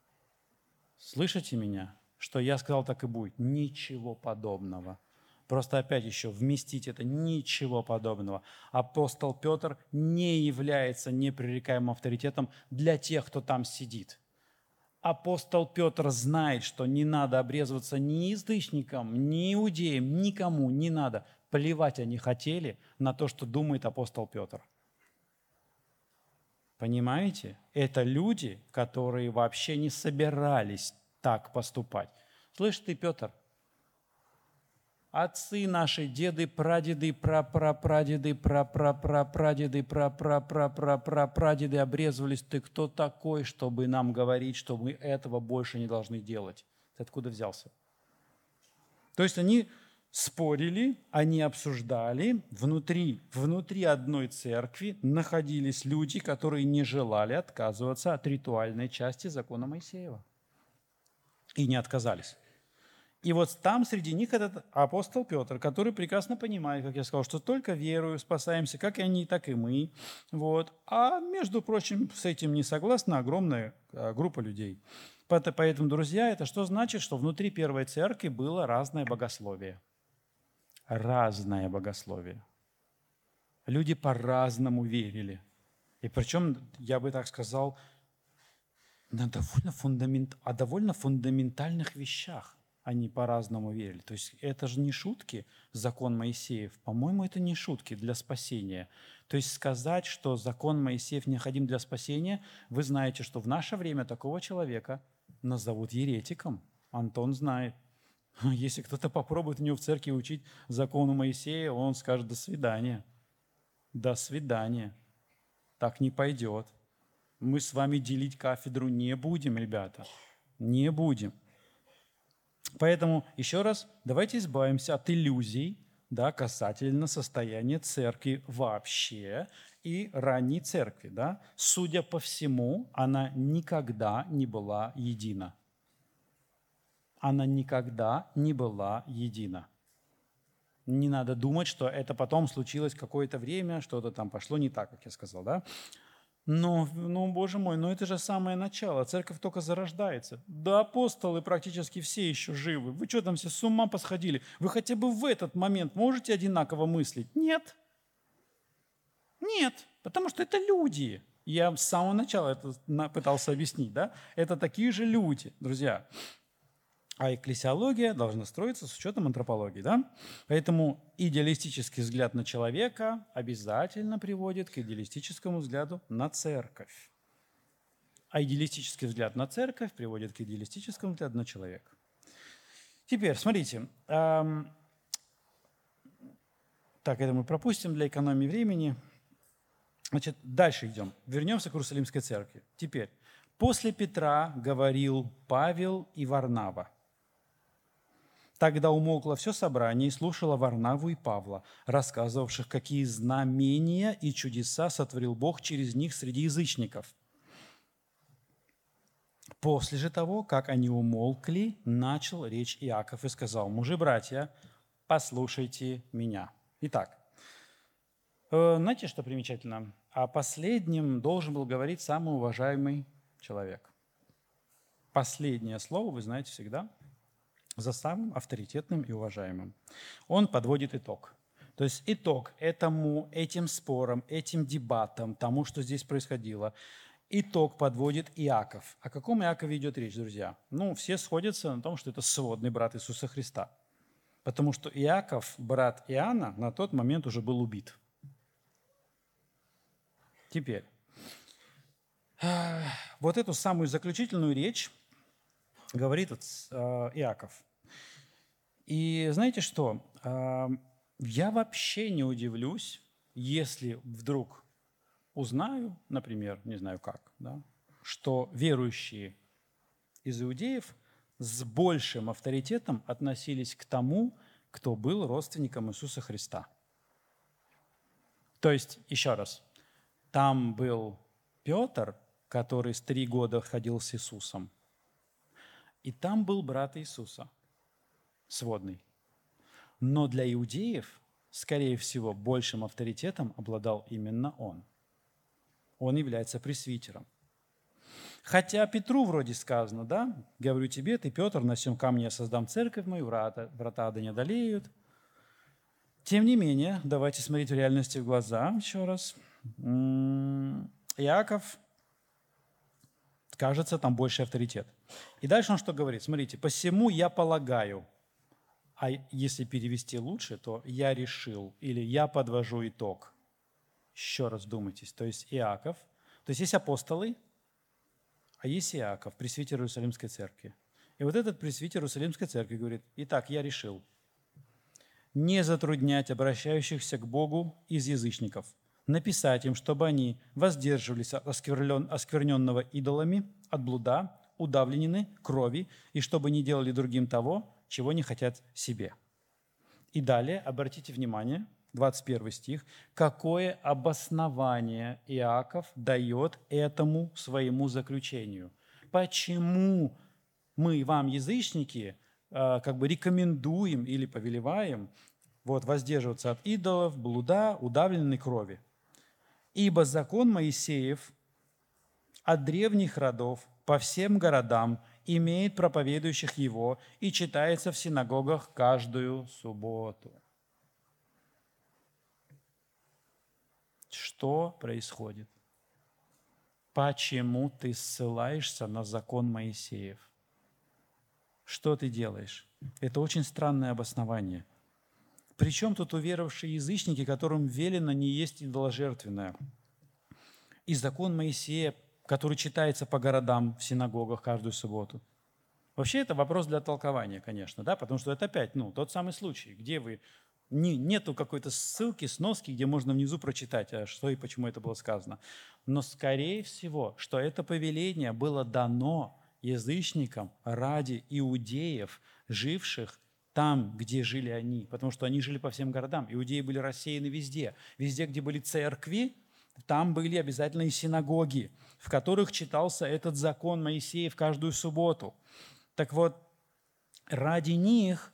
Слышите меня? Что я сказал, так и будет. Ничего подобного. Просто опять еще вместить это. Ничего подобного. Апостол Петр не является непререкаемым авторитетом для тех, кто там сидит. Апостол Петр знает, что не надо обрезываться ни язычникам, ни иудеям, никому не надо. Плевать они хотели на то, что думает апостол Петр. Понимаете? Это люди, которые вообще не собирались так поступать. Слышь ты, Петр, отцы наши, деды, прадеды, прапрапрадеды, прапрапрапрадеды, прапрапрапрапрадеды обрезывались. Ты кто такой, чтобы нам говорить, что мы этого больше не должны делать? Ты откуда взялся? То есть они спорили, они обсуждали. Внутри, внутри одной церкви находились люди, которые не желали отказываться от ритуальной части закона Моисеева. И не отказались. И вот там среди них этот апостол Петр, который прекрасно понимает, как я сказал, что только верою спасаемся, как и они, так и мы. Вот. А, между прочим, с этим не согласна огромная группа людей. Поэтому, друзья, это что значит? Что внутри первой церкви было разное богословие. Разное богословие. Люди по-разному верили. И причем, я бы так сказал, на довольно фундамент... о довольно фундаментальных вещах они по-разному верили. То есть это же не шутки, закон Моисеев. По-моему, это не шутки для спасения. То есть сказать, что закон Моисеев необходим для спасения, вы знаете, что в наше время такого человека назовут еретиком. Антон знает. Если кто-то попробует у него в церкви учить закону Моисея, он скажет: «До свидания». До свидания. Так не пойдет. Мы с вами делить кафедру не будем, ребята. Не будем. Поэтому, еще раз, давайте избавимся от иллюзий, да, касательно состояния церкви вообще и ранней церкви. Да. Судя по всему, она никогда не была едина. Она никогда не была едина. Не надо думать, что это потом случилось какое-то время, что-то там пошло не так, как я сказал, да? Но, ну, Боже мой, ну это же самое начало. Церковь только зарождается. Да апостолы практически все еще живы. Вы что там все с ума посходили? Вы хотя бы в этот момент можете одинаково мыслить? Нет. Нет, потому что это люди. Я с самого начала это пытался объяснить, да? Это такие же люди, друзья. А экклесиология должна строиться с учетом антропологии. Да? Поэтому идеалистический взгляд на человека обязательно приводит к идеалистическому взгляду на церковь. А идеалистический взгляд на церковь приводит к идеалистическому взгляду на человека. Теперь, смотрите. Эм, так, это мы пропустим для экономии времени. Значит, дальше идем. Вернемся к Иерусалимской церкви. Теперь. После Петра говорил Павел и Варнава. Тогда умолкло все собрание и слушало Варнаву и Павла, рассказывавших, какие знамения и чудеса сотворил Бог через них среди язычников. После же того, как они умолкли, начал речь Иаков и сказал: «Мужи-братья, послушайте меня». Итак, знаете, что примечательно? О последнем должен был говорить самый уважаемый человек. Последнее слово, вы знаете, всегда за самым авторитетным и уважаемым. Он подводит итог. То есть итог этому, этим спорам, этим дебатам, тому, что здесь происходило, итог подводит Иаков. О каком Иакове идет речь, друзья? Ну, все сходятся на том, что это сводный брат Иисуса Христа. Потому что Иаков, брат Иоанна, на тот момент уже был убит. Теперь, вот эту самую заключительную речь говорит Иаков. И знаете что? Я вообще не удивлюсь, если вдруг узнаю, например, не знаю как, да, что верующие из иудеев с большим авторитетом относились к тому, кто был родственником Иисуса Христа. То есть, еще раз, там был Петр, который с три года ходил с Иисусом, и там был брат Иисуса, сводный. Но для иудеев, скорее всего, большим авторитетом обладал именно он. Он является пресвитером. Хотя Петру вроде сказано, да, говорю тебе, ты, Петр, на сем камне я создам церковь мою, врата, врата ада не одолеют. Тем не менее, давайте смотреть в реальности в глаза еще раз. Иаков, кажется, там больший авторитет. И дальше он что говорит? Смотрите, посему я полагаю, а если перевести лучше, то я решил или я подвожу итог. Еще раз вдумайтесь. То есть Иаков, то есть есть апостолы, а есть Иаков, пресвитер Иерусалимской церкви. И вот этот пресвитер Иерусалимской церкви говорит: итак, я решил не затруднять обращающихся к Богу из язычников, написать им, чтобы они воздерживались от оскверненного идолами, от блуда, удавленины, крови, и чтобы не делали другим того, чего не хотят себе. И далее, обратите внимание, двадцать первый стих, какое обоснование Иаков дает этому своему заключению. Почему мы вам, язычники, как бы рекомендуем или повелеваем вот, воздерживаться от идолов, блуда, удавленной крови? Ибо закон Моисеев от древних родов по всем городам имеет проповедующих его и читается в синагогах каждую субботу. Что происходит? Почему ты ссылаешься на закон Моисеев? Что ты делаешь? Это очень странное обоснование. Причем тут уверовавшие язычники, которым велено не есть идоложертвенное? И закон Моисея, который читается по городам в синагогах каждую субботу. Вообще это вопрос для толкования, конечно, да, потому что это опять ну, тот самый случай, где вы не, нету какой-то ссылки, сноски, где можно внизу прочитать, а что и почему это было сказано. Но скорее всего, что это повеление было дано язычникам ради иудеев, живших там, где жили они, потому что они жили по всем городам. Иудеи были рассеяны везде. Везде, где были церкви, там были обязательно и синагоги, в которых читался этот закон Моисея в каждую субботу. Так вот, ради них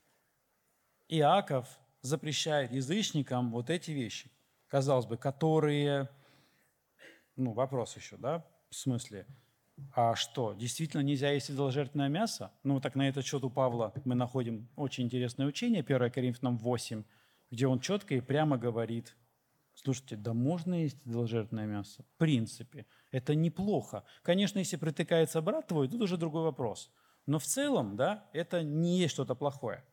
Иаков запрещает язычникам вот эти вещи, казалось бы, которые, ну, вопрос еще, да, в смысле, а что, действительно нельзя есть идоложертвенное мясо? Ну, так на этот счет у Павла мы находим очень интересное учение, первое Коринфянам восемь, где он четко и прямо говорит, слушайте, да можно есть идоложертвенное мясо? В принципе, это неплохо. Конечно, если притыкается брат твой, тут уже другой вопрос. Но в целом, да, это не есть что-то плохое.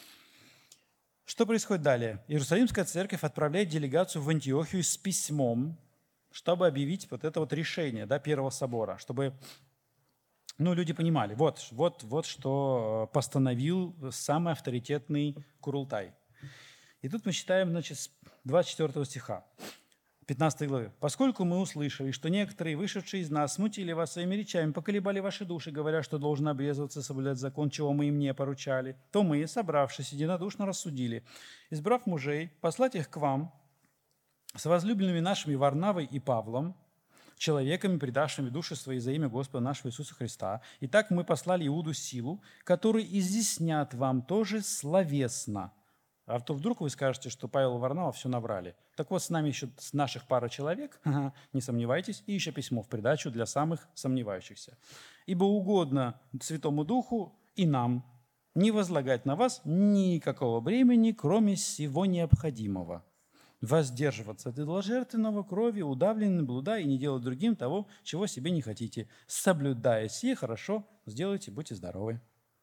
Что происходит далее? Иерусалимская церковь отправляет делегацию в Антиохию с письмом, чтобы объявить вот это вот решение, да, Первого собора, чтобы, ну, люди понимали, вот, вот, вот что постановил самый авторитетный Курултай. И тут мы читаем, значит, с двадцать четвёртого стиха, пятнадцатой главы. «Поскольку мы услышали, что некоторые, вышедшие из нас, смутили вас своими речами, поколебали ваши души, говоря, что должен обрезываться и соблюдать закон, чего мы им не поручали, то мы, собравшись, единодушно рассудили, избрав мужей, послать их к вам, с возлюбленными нашими Варнавой и Павлом, человеками, предавшими души свои за имя Господа нашего Иисуса Христа. Итак, мы послали Иуду Силу, который изъяснят вам тоже словесно». А то вдруг вы скажете, что Павел и Варнава все наврали. Так вот, с нами еще с наших пара человек, не сомневайтесь, и еще письмо в придачу для самых сомневающихся. «Ибо угодно Святому Духу и нам не возлагать на вас никакого бремени, кроме всего необходимого. Воздерживаться от идоложертвенного, крови, удавленной, блуда и не делать другим того, чего себе не хотите. Соблюдая сие, хорошо сделайте, будьте здоровы».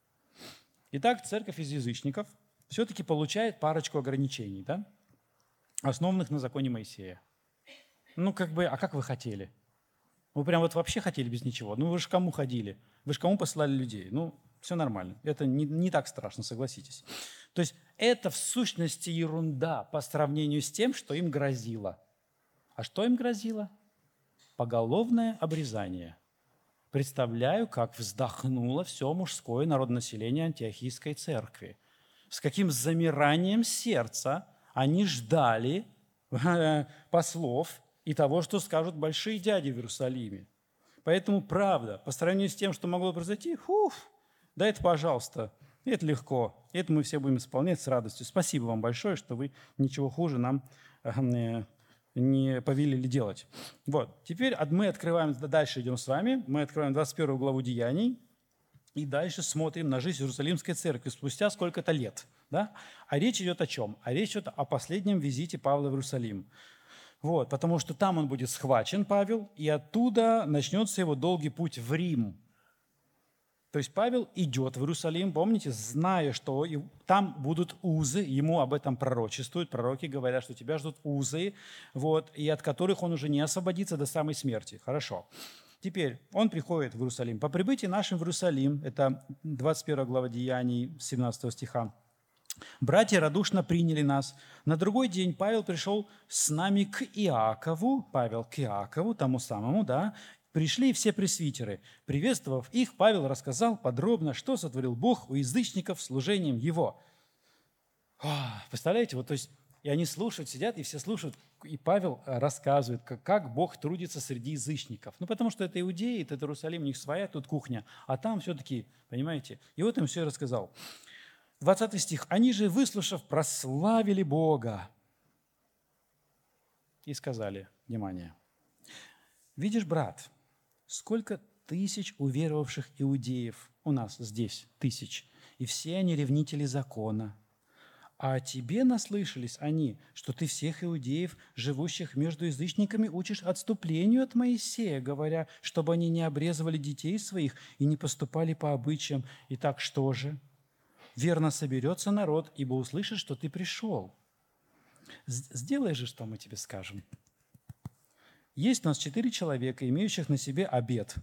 Итак, церковь из язычников все-таки получает парочку ограничений, да? Основанных на законе Моисея. Ну, как бы, а как вы хотели? Вы прям вот вообще хотели без ничего? Ну, вы же кому ходили? Вы же кому посылали людей? Ну, все нормально. Это не, не так страшно, согласитесь. То есть это в сущности ерунда по сравнению с тем, что им грозило. А что им грозило? Поголовное обрезание. Представляю, как вздохнуло все мужское народонаселение Антиохийской церкви. С каким замиранием сердца они ждали послов и того, что скажут большие дяди в Иерусалиме. Поэтому, правда, по сравнению с тем, что могло произойти, фуф, да это, пожалуйста, это легко, это мы все будем исполнять с радостью. Спасибо вам большое, что вы ничего хуже нам не повелели делать. Вот, теперь мы открываем, дальше идем с вами, мы открываем двадцать первую главу Деяний, и дальше смотрим на жизнь Иерусалимской церкви спустя сколько-то лет. Да? А речь идет о чем? А речь идет о последнем визите Павла в Иерусалим. Вот, потому что там он будет схвачен, Павел, и оттуда начнется его долгий путь в Рим. То есть Павел идет в Иерусалим, помните, зная, что там будут узы, ему об этом пророчествуют, пророки говорят, что тебя ждут узы, вот, и от которых он уже не освободится до самой смерти. Хорошо. Теперь он приходит в Иерусалим. По прибытии нашим в Иерусалим, это двадцать первая глава Деяний, семнадцатого стиха, «Братья радушно приняли нас. На другой день Павел пришел с нами к Иакову», Павел к Иакову, тому самому, да, «пришли все пресвитеры. Приветствовав их, Павел рассказал подробно, что сотворил Бог у язычников служением его». Представляете, вот то есть, и они слушают, сидят, и все слушают, и Павел рассказывает, как, как Бог трудится среди язычников. Ну, потому что это иудеи, это Иерусалим, у них своя тут кухня, а там все-таки, понимаете, и вот им все рассказал. двадцатый стих. «Они же, выслушав, прославили Бога и сказали», внимание, «видишь, брат, сколько тысяч уверовавших иудеев у нас здесь, тысяч, и все они ревнители закона. А о тебе наслышались они, что ты всех иудеев, живущих между язычниками, учишь отступлению от Моисея, говоря, чтобы они не обрезывали детей своих и не поступали по обычаям. Итак, что же? Верно соберется народ, ибо услышит, что ты пришел. Сделай же, что мы тебе скажем. Есть у нас четыре человека, имеющих на себе обет,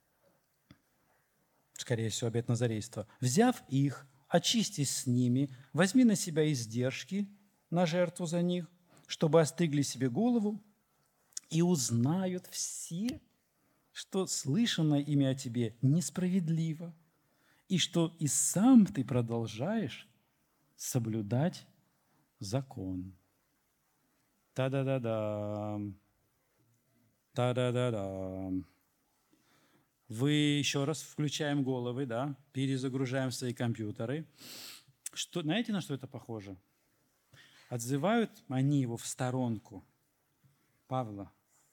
скорее всего, обет назарейства. Взяв их, очистись с ними, возьми на себя издержки на жертву за них, чтобы остригли себе голову, и узнают все, что слышанное ими о тебе несправедливо, и что и сам ты продолжаешь соблюдать закон. Та-да-да-да. Та-да-да-да. Вы еще раз включаем головы, да, перезагружаем свои компьютеры. Что, знаете, на что это похоже? Отзывают они его в сторонку. Павла.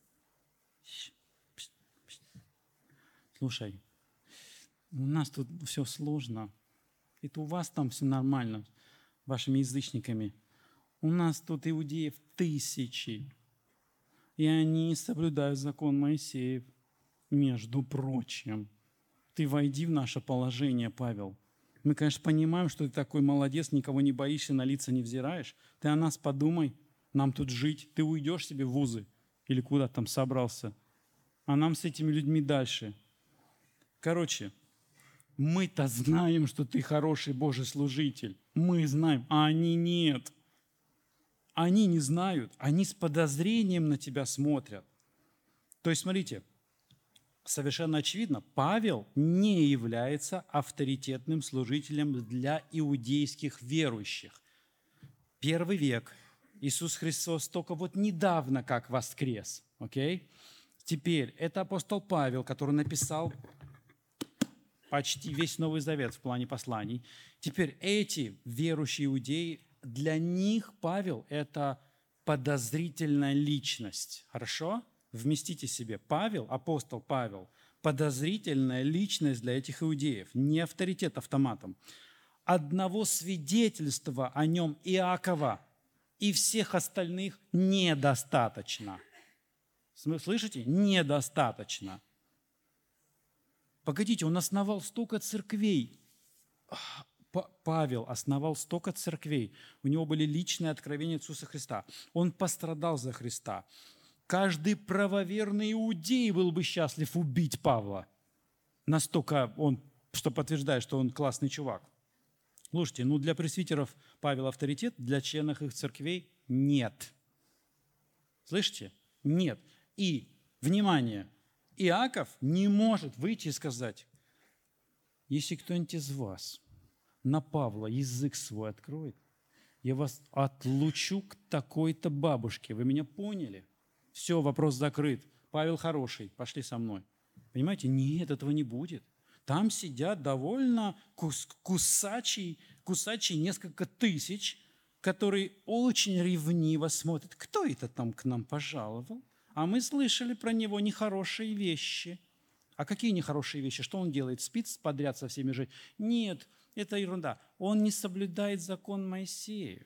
Слушай, у нас тут все сложно. Это у вас там все нормально, вашими язычниками. У нас тут иудеев тысячи. И они соблюдают закон Моисеев. Между прочим, ты войди в наше положение, Павел. Мы, конечно, понимаем, что ты такой молодец, никого не боишься, на лица не взираешь. Ты о нас подумай, нам тут жить. Ты уйдешь себе в вузы или куда там собрался. А нам с этими людьми дальше. Короче, мы-то знаем, что ты хороший Божий служитель. Мы знаем, а они нет. Они не знают, они с подозрением на тебя смотрят. То есть, смотрите, совершенно очевидно, Павел не является авторитетным служителем для иудейских верующих. Первый век. Иисус Христос только вот недавно как воскрес. Окей? Теперь, это апостол Павел, который написал почти весь Новый Завет в плане посланий. Теперь эти верующие иудеи, для них Павел – это подозрительная личность. Хорошо? Вместите себе. Павел, апостол Павел, подозрительная личность для этих иудеев, не авторитет автоматом. Одного свидетельства о нем Иакова и всех остальных недостаточно. Слышите? Недостаточно. Погодите, он основал столько церквей. Павел основал столько церквей. У него были личные откровения Иисуса Христа. Он пострадал за Христа. Каждый правоверный иудей был бы счастлив убить Павла. Настолько он, что подтверждает, что он классный чувак. Слушайте, ну для пресвитеров Павел авторитет, для членов их церквей нет. Слышите? Нет. И, внимание, Иаков не может выйти и сказать: если кто-нибудь из вас на Павла язык свой откроет, я вас отлучу к такой-то бабушке. Вы меня поняли? Все, вопрос закрыт. Павел хороший, пошли со мной. Понимаете? Нет, этого не будет. Там сидят довольно кус- кусачие, кусачие несколько тысяч, которые очень ревниво смотрят, кто это там к нам пожаловал. А мы слышали про него нехорошие вещи. А какие нехорошие вещи? Что он делает? Спит подряд со всеми жить? Нет, это ерунда. Он не соблюдает закон Моисеев.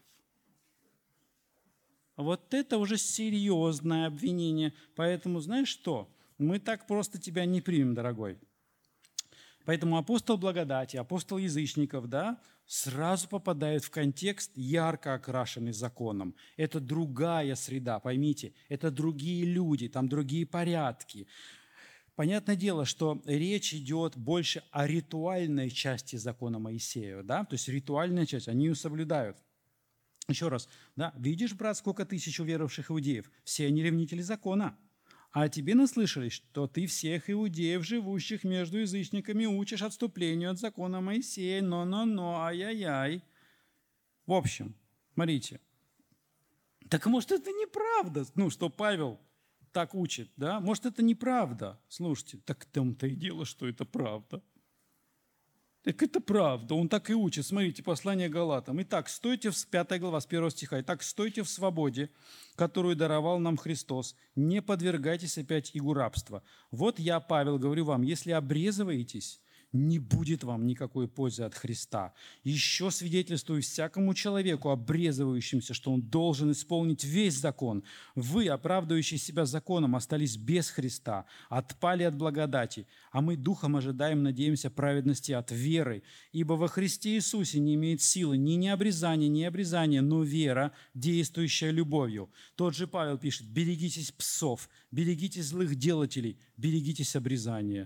Вот это уже серьезное обвинение. Поэтому, знаешь что? Мы так просто тебя не примем, дорогой. Поэтому апостол благодати, апостол язычников, да, сразу попадают в контекст, ярко окрашенный законом. Это другая среда, поймите. Это другие люди, там другие порядки. Понятное дело, что речь идет больше о ритуальной части закона Моисея, да, то есть ритуальная часть, они ее соблюдают. Еще раз, да, видишь, брат, сколько тысяч уверовавших иудеев? Все они ревнители закона. А тебе наслышались, что ты всех иудеев, живущих между язычниками, учишь отступлению от закона Моисея. Но-но-но, ай-яй-яй. В общем, смотрите. Так может, это неправда, ну, что Павел так учит, да? Может, это неправда. Слушайте, так в том-то и дело, что это правда. Так это правда, он так и учит. Смотрите, послание Галатам. Итак, стойте, в пятая глава, с первого стиха. Итак, стойте в свободе, которую даровал нам Христос. Не подвергайтесь опять игу рабства. Вот я, Павел, говорю вам, если обрезываетесь, не будет вам никакой пользы от Христа. Еще свидетельствую всякому человеку, обрезывающимся, что он должен исполнить весь закон. Вы, оправдывающие себя законом, остались без Христа, отпали от благодати, а мы духом ожидаем, надеемся праведности от веры. Ибо во Христе Иисусе не имеет силы ни необрезания, ни обрезания, но вера, действующая любовью. Тот же Павел пишет: берегитесь псов, берегитесь злых делателей, берегитесь обрезания.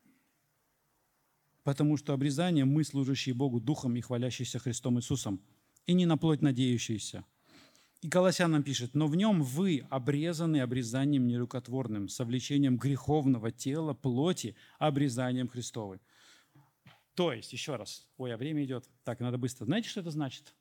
Потому что обрезание мы, служащие Богу Духом и хвалящиеся Христом Иисусом, и не на плоть надеющиеся. И Колоссянам пишет: «Но в нем вы обрезаны обрезанием нерукотворным, совлечением греховного тела, плоти, обрезанием Христовым». То есть, еще раз, ой, а время идет, так, надо быстро. Знаете, что это значит?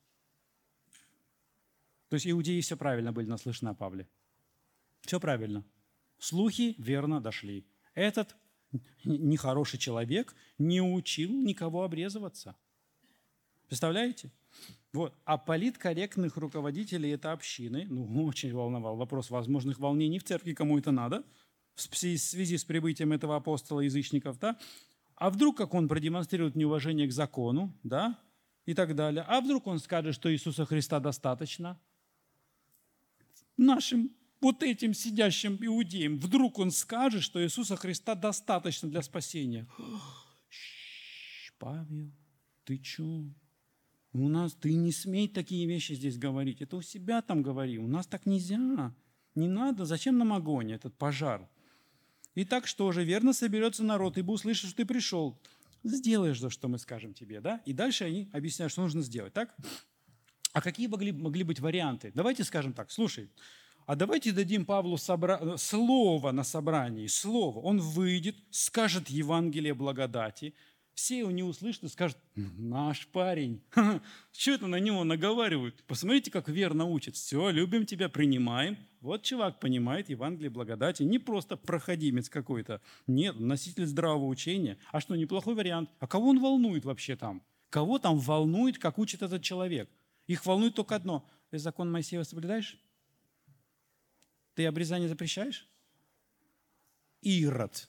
То есть иудеи все правильно были наслышаны о Павле. Все правильно. Слухи верно дошли. Этот нехороший человек не учил никого обрезываться. Представляете? Вот. А политкорректных руководителей этой общины, ну, очень волновал вопрос возможных волнений в церкви, кому это надо, в связи с прибытием этого апостола язычников, да? А вдруг, как он продемонстрирует неуважение к закону, да, и так далее. А вдруг он скажет, что Иисуса Христа достаточно? Нашим вот этим сидящим иудеям, вдруг он скажет, что Иисуса Христа достаточно для спасения. Павел, ты чё? У нас, ты не смей такие вещи здесь говорить. Это у себя там говори. У нас так нельзя. Не надо. Зачем нам огонь, этот пожар? Итак, что же? Верно соберется народ, ибо услышит, что ты пришел. Сделаешь то, что мы скажем тебе, да? И дальше они объясняют, что нужно сделать, так? А какие могли, могли быть варианты? Давайте скажем так. Слушай, а давайте дадим Павлу собра... слово на собрании, слово. Он выйдет, скажет Евангелие благодати. Все его не услышат и скажут: наш парень, что это на него наговаривают? Посмотрите, как верно учит. Все, любим тебя, принимаем. Вот чувак понимает Евангелие благодати. Не просто проходимец какой-то. Нет, носитель здравого учения. А что, неплохой вариант. А кого он волнует вообще там? Кого там волнует, как учит этот человек? Их волнует только одно. Ты закон Моисеева соблюдаешь? Ты обрезание запрещаешь? Ирод.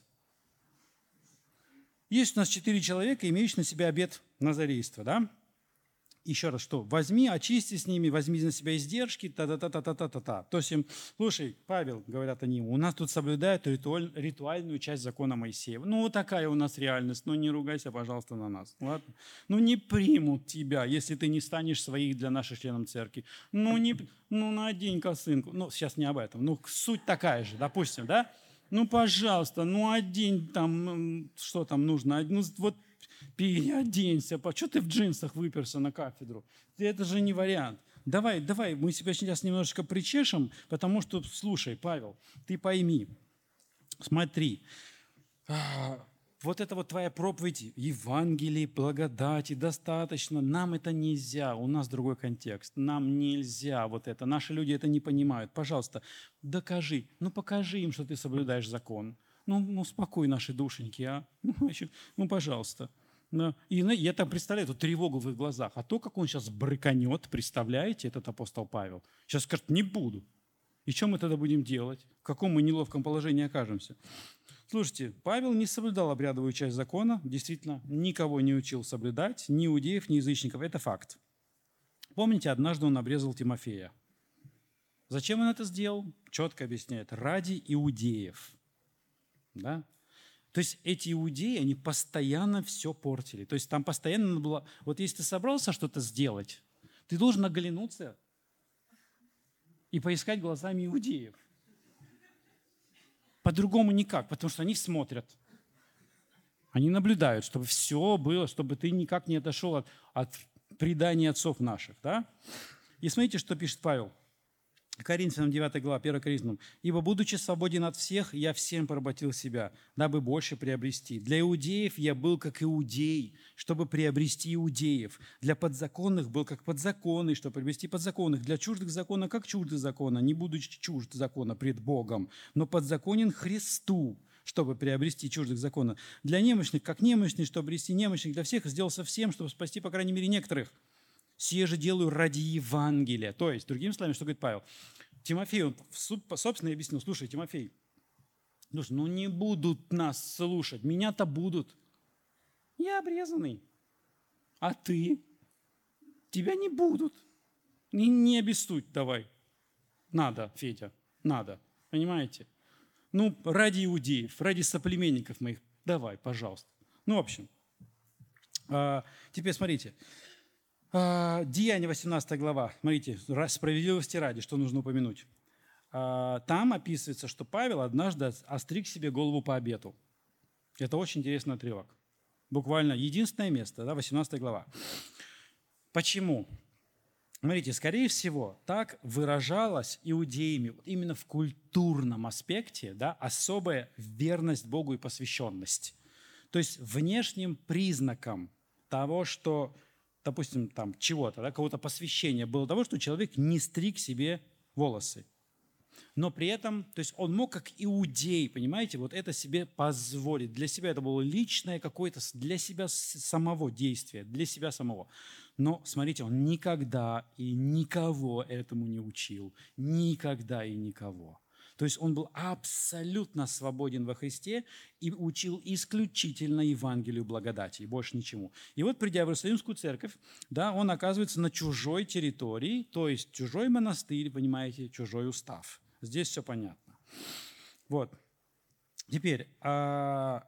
Есть у нас четыре человека, имеющие на себя обет назарейства, да? Еще раз, что? Возьми, очисти с ними, возьми на себя издержки, та-та-та-та-та-та-та. То есть им: слушай, Павел, говорят они, у нас тут соблюдают ритуаль, ритуальную часть закона Моисеева. Ну, вот такая у нас реальность, ну, не ругайся, пожалуйста, на нас, ладно? Ну, не примут тебя, если ты не станешь своих для наших членов церкви. Ну, не, ну надень косынку. Ну, сейчас не об этом, ну, суть такая же, допустим, да? Ну, пожалуйста, ну, одень там, что там нужно, ну, вот переоденься, что ты в джинсах выперся на кафедру? Это же не вариант. Давай, давай, мы себя сейчас немножечко причешем, потому что, слушай, Павел, ты пойми, смотри, вот это вот твоя проповедь Евангелия, благодати, достаточно, нам это нельзя, у нас другой контекст, нам нельзя вот это, наши люди это не понимают. Пожалуйста, докажи, ну покажи им, что ты соблюдаешь закон. Ну, ну успокой наши душеньки, а? Ну, еще, ну пожалуйста. Ну, и я там представляю эту тревогу в их глазах. А то, как он сейчас брыканет, представляете, этот апостол Павел, сейчас скажет: не буду. И что мы тогда будем делать? В каком мы неловком положении окажемся? Слушайте, Павел не соблюдал обрядовую часть закона, действительно, никого не учил соблюдать, ни иудеев, ни язычников. Это факт. Помните, однажды он обрезал Тимофея. Зачем он это сделал? Четко объясняет. Ради иудеев. Да? То есть эти иудеи, они постоянно все портили. То есть там постоянно было... Вот если ты собрался что-то сделать, ты должен оглянуться и поискать глазами иудеев. По-другому никак, потому что они смотрят. Они наблюдают, чтобы все было, чтобы ты никак не отошел от, от преданий отцов наших. Да? И смотрите, что пишет Павел. Коринфянам девятая глава, первое Коринфянам. «Ибо, будучи свободен от всех, я всем поработил себя, дабы больше приобрести. Для иудеев я был как иудей, чтобы приобрести иудеев. Для подзаконных был как подзаконный, чтобы приобрести подзаконных. Для чуждых закона, как чуждых закона, не будучи чужд закона пред Богом, но подзаконен Христу, чтобы приобрести чуждых закона. Для немощных, как немощный, чтобы обрести немощных. Для всех сделался всем, чтобы спасти, по крайней мере, некоторых. Сие же делаю ради Евангелия». То есть, другими словами, что говорит Павел? Тимофей, он, собственно, объяснил: слушай, Тимофей, слушай, ну не будут нас слушать, меня-то будут. Я обрезанный. А ты? Тебя не будут. Не, не обессудь давай. Надо, Федя, надо. Понимаете? Ну, ради иудеев, ради соплеменников моих, давай, пожалуйста. Ну, в общем, а, теперь смотрите. Деяния, восемнадцатая глава. Смотрите, справедливости ради, что нужно упомянуть. Там описывается, что Павел однажды остриг себе голову по обету. Это очень интересный отрывок. Буквально единственное место, да, восемнадцатая глава. Почему? Смотрите, скорее всего, так выражалась иудеями вот именно в культурном аспекте, да, особая верность Богу и посвященность. То есть внешним признаком того, что, допустим, там чего-то, да, какого-то посвящения было того, что человек не стриг себе волосы. Но при этом, то есть он мог как иудей, понимаете, вот это себе позволить. Для себя это было личное какое-то, для себя самого действие, для себя самого. Но, смотрите, он никогда и никого этому не учил. Никогда и никого. То есть он был абсолютно свободен во Христе и учил исключительно Евангелию благодати, и больше ничему. И вот, придя в Иерусалимскую церковь, да, он оказывается на чужой территории, то есть чужой монастырь, понимаете, чужой устав. Здесь все понятно. Вот. Теперь, а,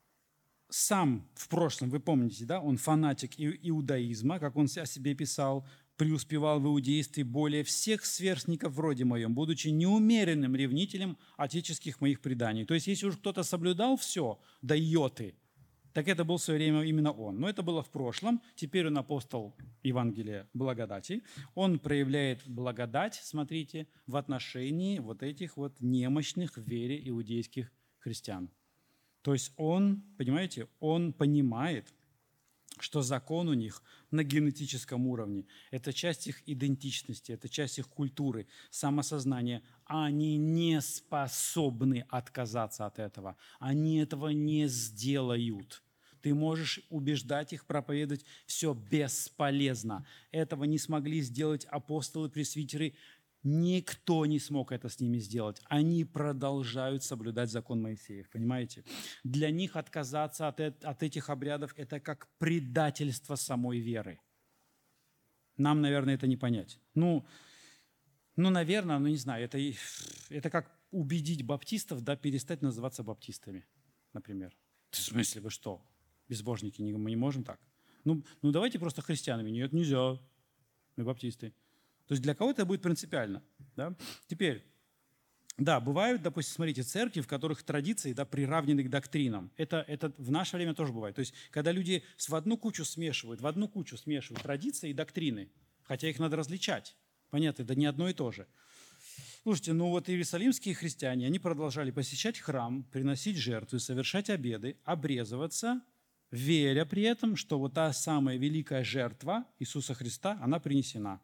сам в прошлом, вы помните, да, он фанатик иудаизма, как он о себе писал, преуспевал в иудействе более всех сверстников вроде моем, будучи неумеренным ревнителем отеческих моих преданий. То есть, если уж кто-то соблюдал все до йоты, так это был в свое время именно он. Но это было в прошлом. Теперь он апостол Евангелия благодати. Он проявляет благодать, смотрите, в отношении вот этих вот немощных в вере иудейских христиан. То есть он, понимаете, он понимает, что закон у них на генетическом уровне. Это часть их идентичности, это часть их культуры, самосознания. Они не способны отказаться от этого. Они этого не сделают. Ты можешь убеждать их, проповедовать, все бесполезно. Этого не смогли сделать апостолы, пресвитеры. Никто не смог это с ними сделать. Они продолжают соблюдать закон Моисеев, понимаете? Для них отказаться от, от этих обрядов – это как предательство самой веры. Нам, наверное, это не понять. Ну, ну наверное, ну не знаю, это, это как убедить баптистов, да, перестать называться баптистами, например. В смысле, вы что, безбожники, мы не можем так? Ну, ну давайте просто христианами. Нет, нельзя, мы баптисты. То есть для кого-то это будет принципиально. Да? Теперь, да, бывают, допустим, смотрите, церкви, в которых традиции, да, приравнены к доктринам. Это, это в наше время тоже бывает. То есть когда люди в одну кучу смешивают, в одну кучу смешивают традиции и доктрины, хотя их надо различать. Понятно, это не одно и то же. Слушайте, ну вот иерусалимские христиане, они продолжали посещать храм, приносить жертвы, совершать обеды, обрезываться, веря при этом, что вот та самая великая жертва Иисуса Христа, она принесена.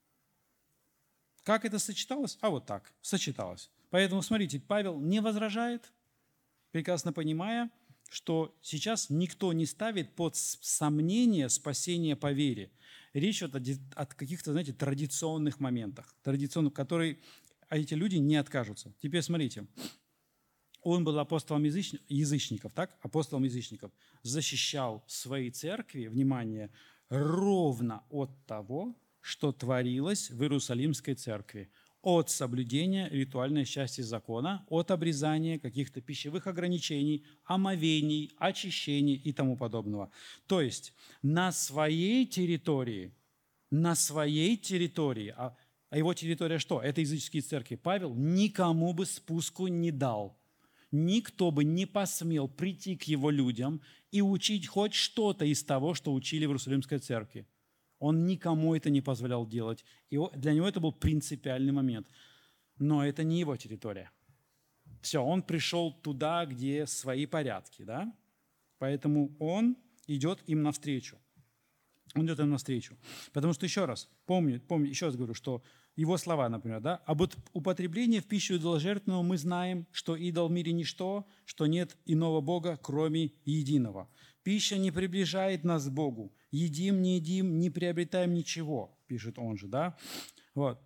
Как это сочеталось? А вот так, сочеталось. Поэтому, смотрите, Павел не возражает, прекрасно понимая, что сейчас никто не ставит под сомнение спасение по вере. Речь идет о каких-то, знаете, традиционных моментах, традиционных, которые эти люди не откажутся. Теперь смотрите, он был апостолом язычников, так? Апостолом язычников. Защищал свои церкви, внимание, ровно от того, что творилось в Иерусалимской церкви. От соблюдения ритуальной части закона, от обрезания каких-то пищевых ограничений, омовений, очищений и тому подобного. То есть на своей территории, на своей территории, а, а его территория что? Это языческие церкви. Павел никому бы спуску не дал. Никто бы не посмел прийти к его людям и учить хоть что-то из того, что учили в Иерусалимской церкви. Он никому это не позволял делать. И для него это был принципиальный момент. Но это не его территория. Все, он пришел туда, где свои порядки, да? Поэтому он идет им навстречу. Он идет им навстречу. Потому что, еще раз, помню, помню, еще раз говорю, что его слова, например, да, об употреблении в пищу идоложертвенного мы знаем, что идол в мире ничто, что нет иного Бога, кроме единого. Пища не приближает нас к Богу. Едим, не едим, не приобретаем ничего, пишет он же, да. Вот.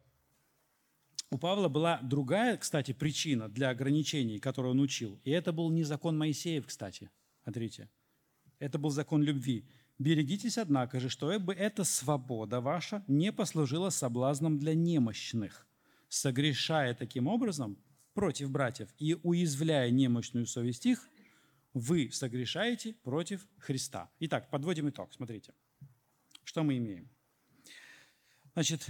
У Павла была другая, кстати, причина для ограничений, которую он учил. И это был не закон Моисеев, кстати. Смотрите. Это был закон любви. «Берегитесь, однако же, чтобы эта свобода ваша не послужила соблазном для немощных, согрешая таким образом против братьев и уязвляя немощную совесть их, вы согрешаете против Христа». Итак, подводим итог. Смотрите, что мы имеем. Значит,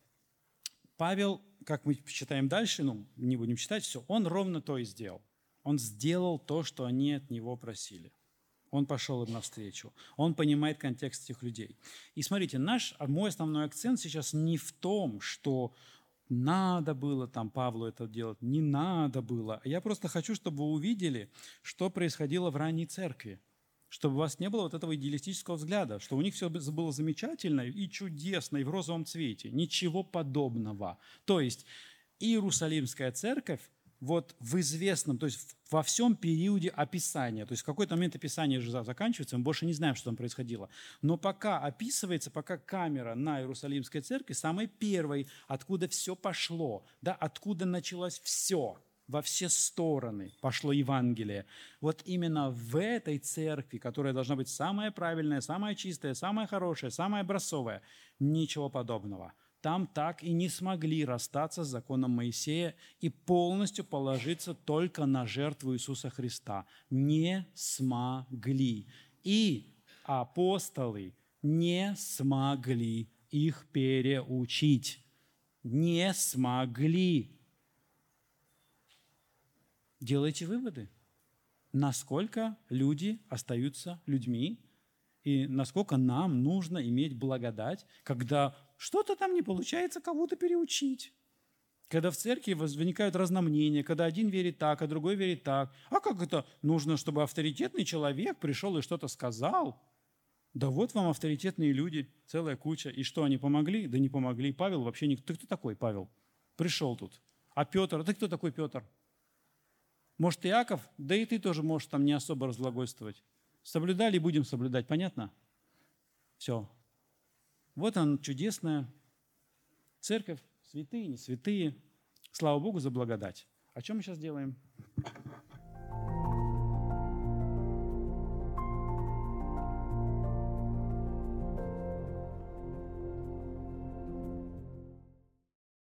Павел, как мы читаем дальше, ну, не будем читать все, он ровно то и сделал. Он сделал то, что они от него просили. Он пошел им навстречу. Он понимает контекст этих людей. И смотрите, наш, мой основной акцент сейчас не в том, что надо было там Павлу это делать, не надо было. Я просто хочу, чтобы вы увидели, что происходило в ранней церкви. Чтобы у вас не было вот этого идеалистического взгляда, что у них все было замечательно и чудесно, и в розовом цвете. Ничего подобного. То есть Иерусалимская церковь вот в известном, то есть во всем периоде описания, то есть в какой-то момент описание же заканчивается, мы больше не знаем, что там происходило. Но пока описывается, пока камера на Иерусалимской церкви, самой первой, откуда все пошло, да, откуда началось все, во все стороны пошло Евангелие. Вот именно в этой церкви, которая должна быть самая правильная, самая чистая, самая хорошая, самая образцовая, ничего подобного. Там так и не смогли расстаться с законом Моисея и полностью положиться только на жертву Иисуса Христа. Не смогли. И апостолы не смогли их переучить. Не смогли. Делайте выводы, насколько люди остаются людьми и насколько нам нужно иметь благодать, когда что-то там не получается кого-то переучить. Когда в церкви возникают разномнения, когда один верит так, а другой верит так. А как это нужно, чтобы авторитетный человек пришел и что-то сказал? Да вот вам авторитетные люди, целая куча. И что, они помогли? Да не помогли. Павел вообще не... Ты кто такой, Павел? Пришел тут. А Петр? Ты кто такой, Петр? Может, Иаков? Да и ты тоже можешь там не особо разглагольствовать. Соблюдали и будем соблюдать. Понятно? Все. Вот она, чудесная церковь, святые, не святые. Слава Богу за благодать. А что мы сейчас делаем?